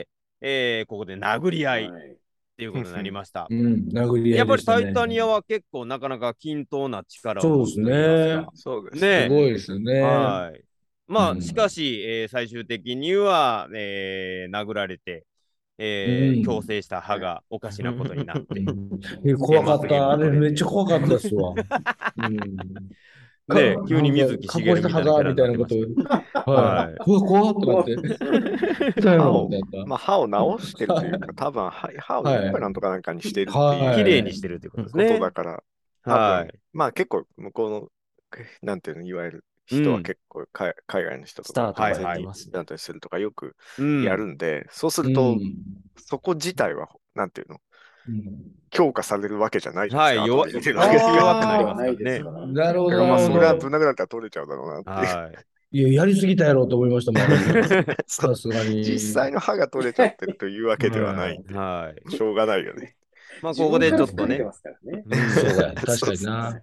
[SPEAKER 1] えー、ここで殴り合い。はいっていうことになりました。
[SPEAKER 2] うん、殴り合いでしたね。
[SPEAKER 1] やっぱりタイタニアは結構なかなか均等な力
[SPEAKER 2] を持っています。そうですね。すごいですね。
[SPEAKER 1] はい。まあ、うん、しかし、えー、最終的には、えー、殴られて、えーうん、強制した歯がおかしなことになって。
[SPEAKER 2] え怖かった。あれめっちゃ怖かったですわ。うん
[SPEAKER 1] ね、急に水木しげるみたいな
[SPEAKER 2] みたいなことを。はい。怖怖ってなって。
[SPEAKER 5] 歯を、まあ、歯を直してるというか、多分歯をインプラントかなんかにしてるっていう。
[SPEAKER 1] 綺麗にしてるってことですね。
[SPEAKER 5] ことだから、多分、まあ結構向こうの、なんていうの、いわゆる人は結構海外の人とか、
[SPEAKER 4] はい
[SPEAKER 5] はい、だったりするとかよくやるんで、そうすると、そこ自体は、なんていうの、強化されるわけじゃないですか。
[SPEAKER 1] はい、弱くなりますね。
[SPEAKER 2] なるほど。
[SPEAKER 5] まあ、それはぶん殴られたら取れちゃうだろうなっていう。はい。
[SPEAKER 2] いや、やりすぎたやろうと思いましたもん。さすがに。
[SPEAKER 5] 実際の歯が取れちゃってるというわけではないんで、はい、しょうがないよね。
[SPEAKER 1] まあ、ここでちょっとね。
[SPEAKER 2] そうだ、確かにな。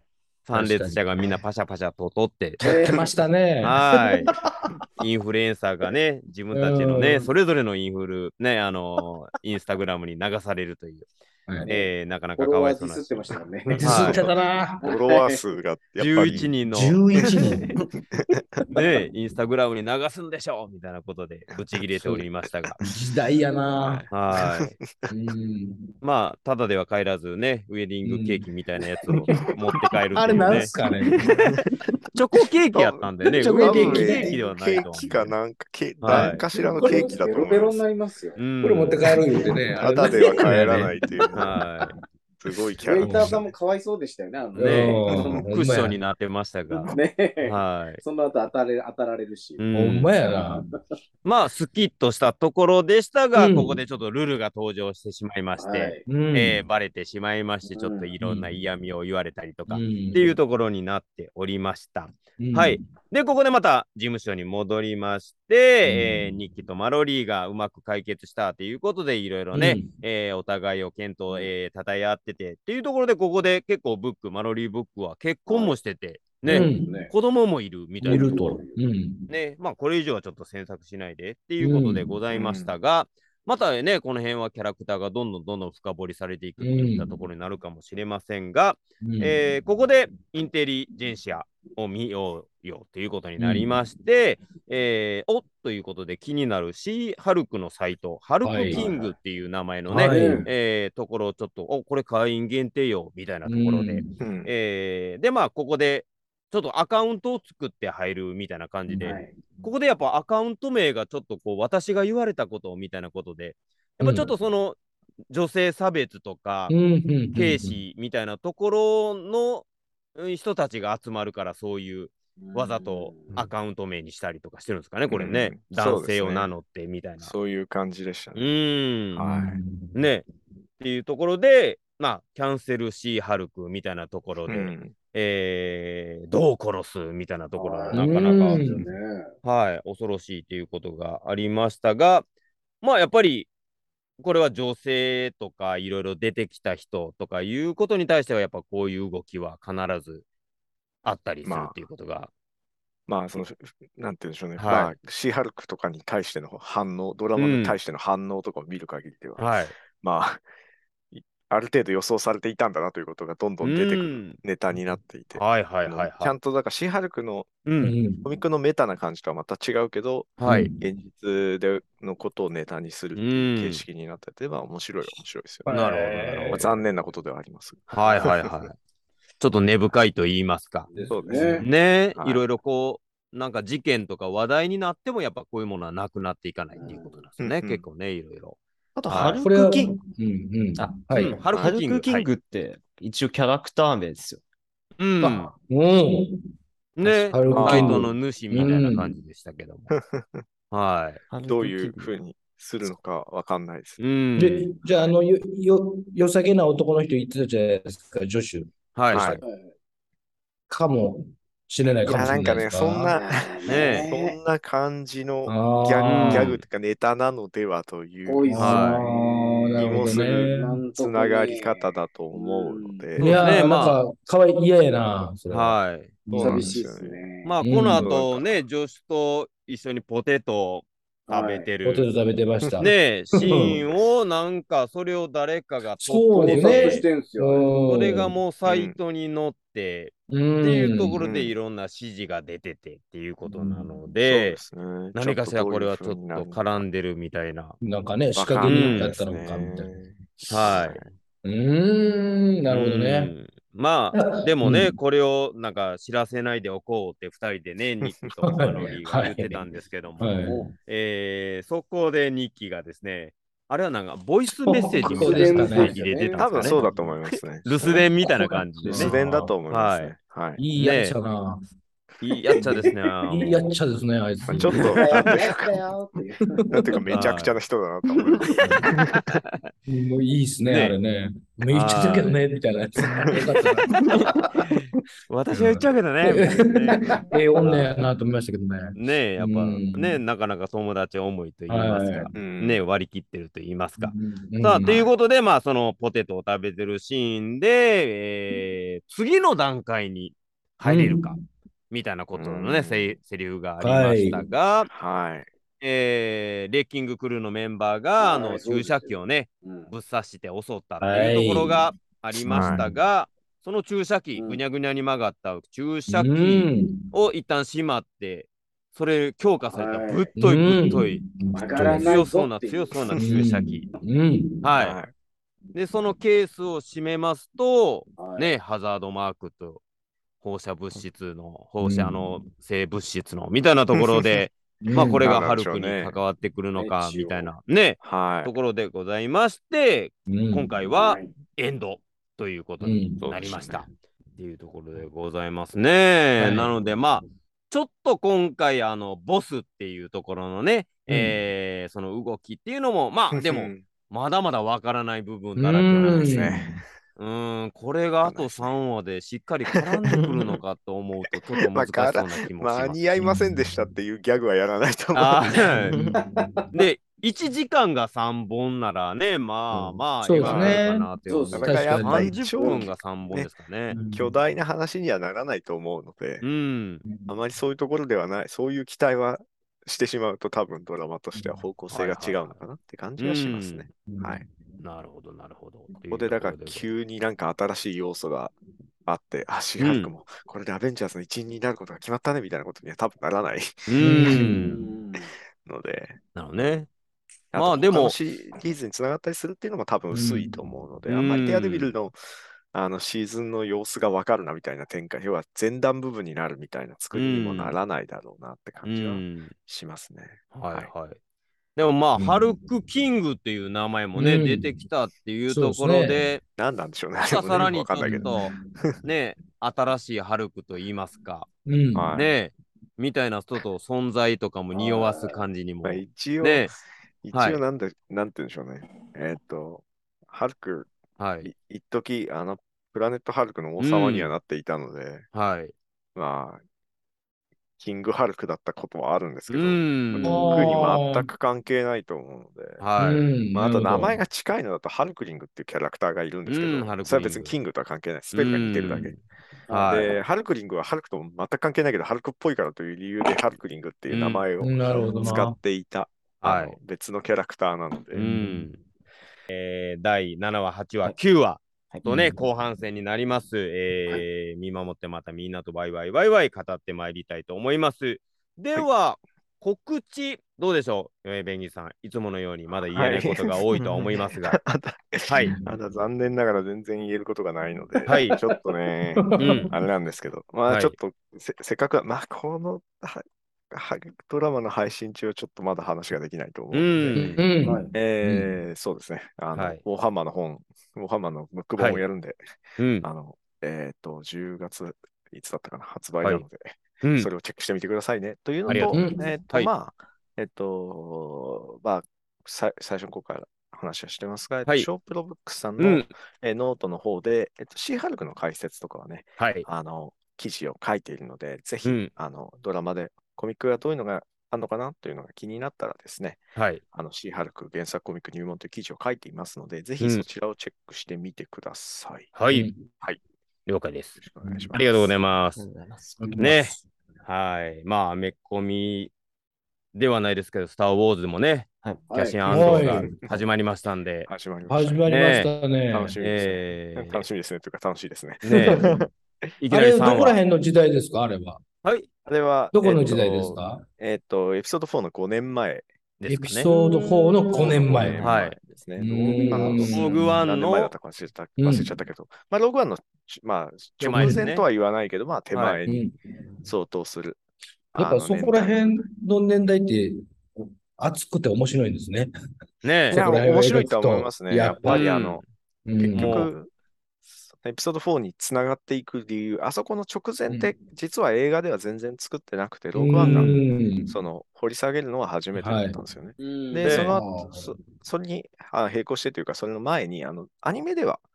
[SPEAKER 1] 参列者がみんなパシャパシャと撮って。
[SPEAKER 2] やってましたね。
[SPEAKER 1] はい。インフルエンサーがね、自分たちのね、それぞれのインフル、ね、あのー、インスタグラムに流されるという。はい、えー、なかなかかわいそうな。
[SPEAKER 3] ディスってましたもんね。
[SPEAKER 2] ディスってたな。
[SPEAKER 5] フォロワー数がやっぱり
[SPEAKER 1] じゅういちにんの。
[SPEAKER 2] じゅういちにん。
[SPEAKER 1] ね、インスタグラムに流すんでしょうみたいなことでぶち切れておりましたが。
[SPEAKER 2] 時代やな。
[SPEAKER 1] はい。うん、まあ、ただでは帰らずね、ウェディングケーキみたいなやつを持って帰るっていう、ね。
[SPEAKER 2] あれなんすかね。
[SPEAKER 1] チョコケーキやったんでね、ウェディングケーキではないと。
[SPEAKER 5] ケーキかなんか、何かしらのケーキだと思います。
[SPEAKER 3] ベロベロになりますよ。
[SPEAKER 2] これ持って帰る言うてね。
[SPEAKER 5] ただでは帰らないっていう。はい。すごいキャラ。
[SPEAKER 3] ウェイターさんもかわいそうでしたよね。あのね
[SPEAKER 1] クッションになってましたが。
[SPEAKER 3] ね、
[SPEAKER 1] はい。
[SPEAKER 3] その後当たれ当たられるし。
[SPEAKER 2] ほんまやな。
[SPEAKER 1] まあ、スキッとしたところでしたが、うん、ここでちょっとルルが登場してしまいまして、はいえー、バレてしまいまして、ちょっといろんな嫌味を言われたりとか、うん、っていうところになっておりました。うん、はい。で、ここでまた事務所に戻りまして、うんえー、ニッキとマロリーがうまく解決したということで、いろいろね、うんえー、お互いを検討、えー、称え合ってて、っていうところで、ここで結構ブック、マロリーブックは結婚もしてて、ね、うん、子供もいるみたいな。いると。うん、ね、まあ、これ以上はちょっと詮索しないでっていうことでございましたが、うん、またね、この辺はキャラクターがどんどんどんどん深掘りされていくといったところになるかもしれませんが、うんえー、ここでインテリジェンシアを見ようよということになりまして、うんえー、おということで気になるシーハルクのサイト、ハルクキングっていう名前のね、はいえー、ところをちょっと、おこれ会員限定よみたいなところで、うんえー、で、まあ、ここで、ちょっとアカウントを作って入るみたいな感じで、はい、ここでやっぱアカウント名がちょっとこう私が言われたことみたいなことで、やっぱちょっとその女性差別とか、軽視みたいなところの人たちが集まるからそういうわざとアカウント名にしたりとかしてるんですかね、これね。うん、男性を名乗ってみたいな。
[SPEAKER 5] そういう感じでしたね。
[SPEAKER 1] うん。はい。ね。っていうところで、まあ、キャンセルシーハルクみたいなところで、うんえー、どう殺すみたいなところがなかなか、ねはい、恐ろしいっていうことがありましたが、まあやっぱりこれは女性とかいろいろ出てきた人とかいうことに対してはやっぱこういう動きは必ずあったりするっていうことが。
[SPEAKER 5] まあ、まあ、その、なんて言うんでしょうね。はい、まあ、シーハルクとかに対しての反応、ドラマに対しての反応とかを見る限りでは、うんはい、まあ、ある程度予想されていたんだなということがどんどん出てくるネタになっていて、
[SPEAKER 1] はいはいはいはい、
[SPEAKER 5] ちゃんとだからシーハルクのコミックのメタな感じとはまた違うけど、
[SPEAKER 1] はい、
[SPEAKER 5] 現実でのことをネタにするっていう形式になってて、まあ面白い面白いですよね。
[SPEAKER 1] なるほどなるほど、
[SPEAKER 5] まあ、残念なことではあります。
[SPEAKER 1] はいはいはい。ちょっと根深いと言いますか。
[SPEAKER 5] そうですね。
[SPEAKER 1] ね、はい、いろいろこうなんか事件とか話題になってもやっぱこういうものはなくなっていかないっていうことなんですね。うん、結構ねいろいろ。
[SPEAKER 4] あと、ハルクキング。
[SPEAKER 2] うんうん。
[SPEAKER 4] あ、はい。ハルクキングって一応キャラクター名ですよ。
[SPEAKER 1] うん。
[SPEAKER 2] あ、うん。
[SPEAKER 1] ね、ハルクキングの主みたいな感じでしたけども。はい。
[SPEAKER 5] どういうふうにするのかわかんないです。
[SPEAKER 1] うん。
[SPEAKER 2] で、じゃあ、あの、よ、よ、よさげな男の人言ってたじゃないですか、ジョシュ。
[SPEAKER 1] はい。はい。
[SPEAKER 2] かも。知れないかもしれないですか。
[SPEAKER 5] いや、なんかね、そんな、ね、そんな感じのギャグ、ギャグとかネタなのではという気もするつながり方だと思うので。
[SPEAKER 2] いや、ね、なんか、かわいい、嫌やな、それは。
[SPEAKER 1] はい。
[SPEAKER 3] 寂しいですね。
[SPEAKER 1] まあ、この後ね、女子と一緒にポテト食べてる。
[SPEAKER 2] ポテト食べてました。
[SPEAKER 1] ね、シーンをなんか、それを誰かが
[SPEAKER 2] 撮ってて、
[SPEAKER 1] それがもうサイトに載って、っていうところでいろんな指示が出ててっていうことなので、
[SPEAKER 5] うんね、
[SPEAKER 1] 何かしらこれはちょっと絡んでるみたいな。
[SPEAKER 2] なんかね、仕掛けにだったのかみたい
[SPEAKER 1] な。はい。
[SPEAKER 2] うーん、なるほどね。
[SPEAKER 1] まあ、でもね、うん、これをなんか知らせないでおこうってふたりでね、ニッキとマロリーが言ってたんですけども、はいはい、えー、そこでニッキがですね、あれはなんかボイスメッセージみたいなのを入れてたんですかね。
[SPEAKER 5] 多分そうだと思いますね。
[SPEAKER 1] 留守電みたいな感じでね。
[SPEAKER 5] 留守電だと思いますね。
[SPEAKER 2] はい。いいやっちゃな。
[SPEAKER 1] いいやっちゃですね。
[SPEAKER 2] いいやっちゃですね、あいつ。
[SPEAKER 5] ちょっと、なんていうか、めちゃくちゃな人だなと思います。
[SPEAKER 2] もういいっすね、あれね。 もう言っちゃったけどね、みたいなやつ。よかった
[SPEAKER 1] 私は言っちゃうけどね。
[SPEAKER 2] ええ女やなと思いましたけどね。
[SPEAKER 1] ねえ、やっぱね、なかなか友達思いと言いますか、ね、割り切ってると言いますか。さあ、ということで、まあ、そのポテトを食べてるシーンで、えー、次の段階に入れるか、みたいなことのね、セリフがありましたが、
[SPEAKER 5] はい。
[SPEAKER 1] えー、レッキングクルーのメンバーが、あの、注射器をね、ぶっ刺して襲ったっていうところがありましたが、その注射器、ぐにゃぐにゃに曲がった注射器を一旦しまって、それ強化されたぶっといぶっとい、強そうな強そうな注射器。はい。で、そのケースを閉めますと、ね、ハザードマークと放射物質の、放射の性物質の、みたいなところで、まあこれがハルクに関わってくるのか、みたいなね、ところでございまして、今回はエンドということになりました。っていうところでございますね。なのでまあ、ちょっと今回あの、ボスっていうところのね、えー、その動きっていうのも、まあでも、まだまだわからない部分だらけなんですね。うん、これがあとさんわでしっかり絡んでくるのかと思うと、ちょっと難しそうな気もします。
[SPEAKER 5] 間に合いませんでしたっていうギャグはやらないと思う。
[SPEAKER 1] で、いちじかんがさんぼんならね、まあまあ、
[SPEAKER 2] そうですね。
[SPEAKER 1] かなって思う。
[SPEAKER 2] 確かに。
[SPEAKER 1] さんじゅっぷんがさんぼんですかね。
[SPEAKER 5] 巨大な話にはならないと思うので、
[SPEAKER 1] うん、
[SPEAKER 5] あまりそういうところではない、そういう期待はしてしまうと、多分ドラマとしては方向性が違うのかなって感じはしますね。はい。
[SPEAKER 1] なるほど、なるほど。こ
[SPEAKER 5] こでだから急になんか新しい要素があって、あ、シーハルクもこれでアベンジャーズの一員になることが決まったねみたいなことには多分ならないので。
[SPEAKER 1] なのね。
[SPEAKER 5] まあでも、シリーズにつながったりするっていうのも多分薄いと思うので、あんまりデアデビルのあのシーズンの様子がわかるなみたいな展開、要は前段部分になるみたいな作りにもならないだろうなって感じはしますね。
[SPEAKER 1] はいはい。でもまあ、ハルクキングっていう名前もね、出てきたっていうところで、
[SPEAKER 5] 何なんでしょうね。
[SPEAKER 1] さらにちょっとね、新しいハルクと言いますか、ね、みたいな人と存在とかも匂わす感じにも。
[SPEAKER 5] 一応、一応なんで、なんて言うんでしょうね。えっと、ハルク、一時あの、プラネットハルクの王様にはなっていたので、まあ、キングハルクだったことはあるんですけど、特に全く関係ないと思うので、まあ、あと名前が近いのだとハルクリングっていうキャラクターがいるんですけど、それは別にキングとは関係ない。スペルが似てるだけ。で、ハルクリングはハルクと全く関係ないけど、ハルクっぽいからという理由でハルクリングっていう名前を使っていた、あの別のキャラクターなので。
[SPEAKER 1] えー、だいななわ、はちわ、きゅうわとね、後半戦になります。えー、見守ってまたみんなとワイワイワイワイ語ってまいりたいと思います。では、告知、どうでしょう、えー、ベンギさん。いつものようにまだ言えないことが多いとは思いますが。
[SPEAKER 5] はい。まだ残念ながら全然言えることがないので、はい、ちょっとね、うん、あれなんですけど、まあちょっとせ、せっかく、まあこのドラマの配信中はちょっとまだ話ができないと思うので、うんえーうん、そうですね、あの、はい、ウォーハンマーの本、ウォーハンマーのムック本をやるんで、はいうん、あの、えっ、ー、と、じゅうがつ、いつだったかな、発売なので、はい、それをチェックしてみてくださいね。というのと、えっ、ー、と、はい、まあ、えっ、ー、と、まあ、最初のここから話はしてますが、はい、ショープロブックスさんの、うんえノートの方で、えっと、シーハルクの解説とかはね、はい、あの、記事を書いているので、ぜひ、うん、あの、ドラマでコミックがどういうのがあるのかなというのが気になったらですね、はい、あのシーハルク原作コミック入門という記事を書いていますので、ぜひそちらをチェックしてみてください。
[SPEAKER 1] はい。はい。了解です。よろしくお願いします。ありがとうございます。ね。はい。まあ、めっこみではないですけど、スター・ウォーズでもね、はい、キャシン・アンドンが始まりましたんで。
[SPEAKER 5] 始まりました。
[SPEAKER 2] 始まりましたね。
[SPEAKER 5] 楽しみですね。えー、楽しみですね。というか楽しいですね。
[SPEAKER 2] ねいきなりあれ、どこら辺の時代ですかあれは。
[SPEAKER 5] はい。あれは、
[SPEAKER 2] どこの時代ですか
[SPEAKER 5] えっと、エピソードフォーのごねんまえ
[SPEAKER 2] ですかね。エピソードフォーのごねんまえ。
[SPEAKER 5] はい。ですね。ローグワンの何年前だったか忘れちゃった、忘れちゃったけど、まあ、ローグワンの、まあ、直前とは言わないけど、まあ、手前に相当する。
[SPEAKER 2] やっぱそこら辺の年代って熱くて面白いんですね。
[SPEAKER 1] ね
[SPEAKER 5] え。面白いと思いますね。やっぱりあの、結局、エピソードフォーにつながっていく理由、あそこの直前って実は映画では全然作ってなくて、ローグワンがその掘り下げるのは初めてだったんですよね。はい、で、そのそ、それにあ並行してというか、それの前にあのアニメでは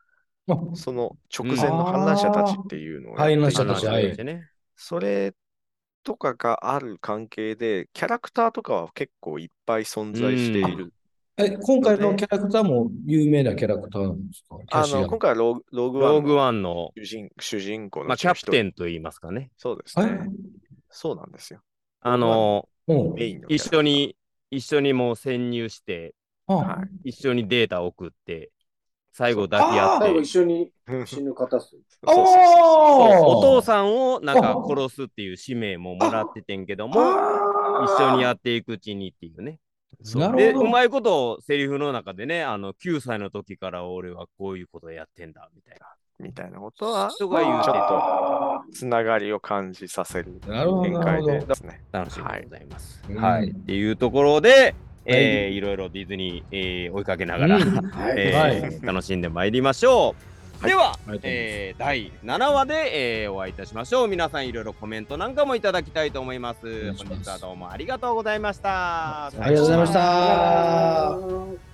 [SPEAKER 5] その直前の反乱者たちっていうのをやってい
[SPEAKER 2] 反乱者たち、はい。
[SPEAKER 5] それとかがある関係で、キャラクターとかは結構いっぱい存在している。
[SPEAKER 2] え、今回のキャラクターも有名なキャラクターなんですか？
[SPEAKER 5] あの、今回はローグローグワンの
[SPEAKER 1] ローグワンの
[SPEAKER 5] 主人主人公の、
[SPEAKER 1] まあ、キャプテンと言いますかね。
[SPEAKER 5] そうですね。そうなんですよ。
[SPEAKER 1] あの、
[SPEAKER 5] メインの
[SPEAKER 1] 一緒に、一緒にもう潜入して、
[SPEAKER 2] はい、
[SPEAKER 1] 一緒にデータを送って、最後抱き合って。
[SPEAKER 3] 最後一緒に死ぬ方する。
[SPEAKER 1] そうそうそうそう。お父さんをなんか殺すっていう使命ももらっててんけども、一緒にやっていくうちにっていうね。で、うまいことセリフの中でね、あのきゅうさいの時から俺はこういうことやってんだみたいな。
[SPEAKER 5] みたいなことは、
[SPEAKER 1] 人が言う
[SPEAKER 5] ちょっとつながりを感じさせる展開でですね。
[SPEAKER 1] 楽しみでございます。はい。はい、っていうところで、えー、いろいろディズニー、えー、追いかけながら、うんえー、楽しんでまいりましょう。はい、では、えー、だいななわで、えー、お会いいたしましょう。皆さんいろいろコメントなんかもいただきたいと思います。本日はどうもありがとうございました。
[SPEAKER 2] ありがとうございました。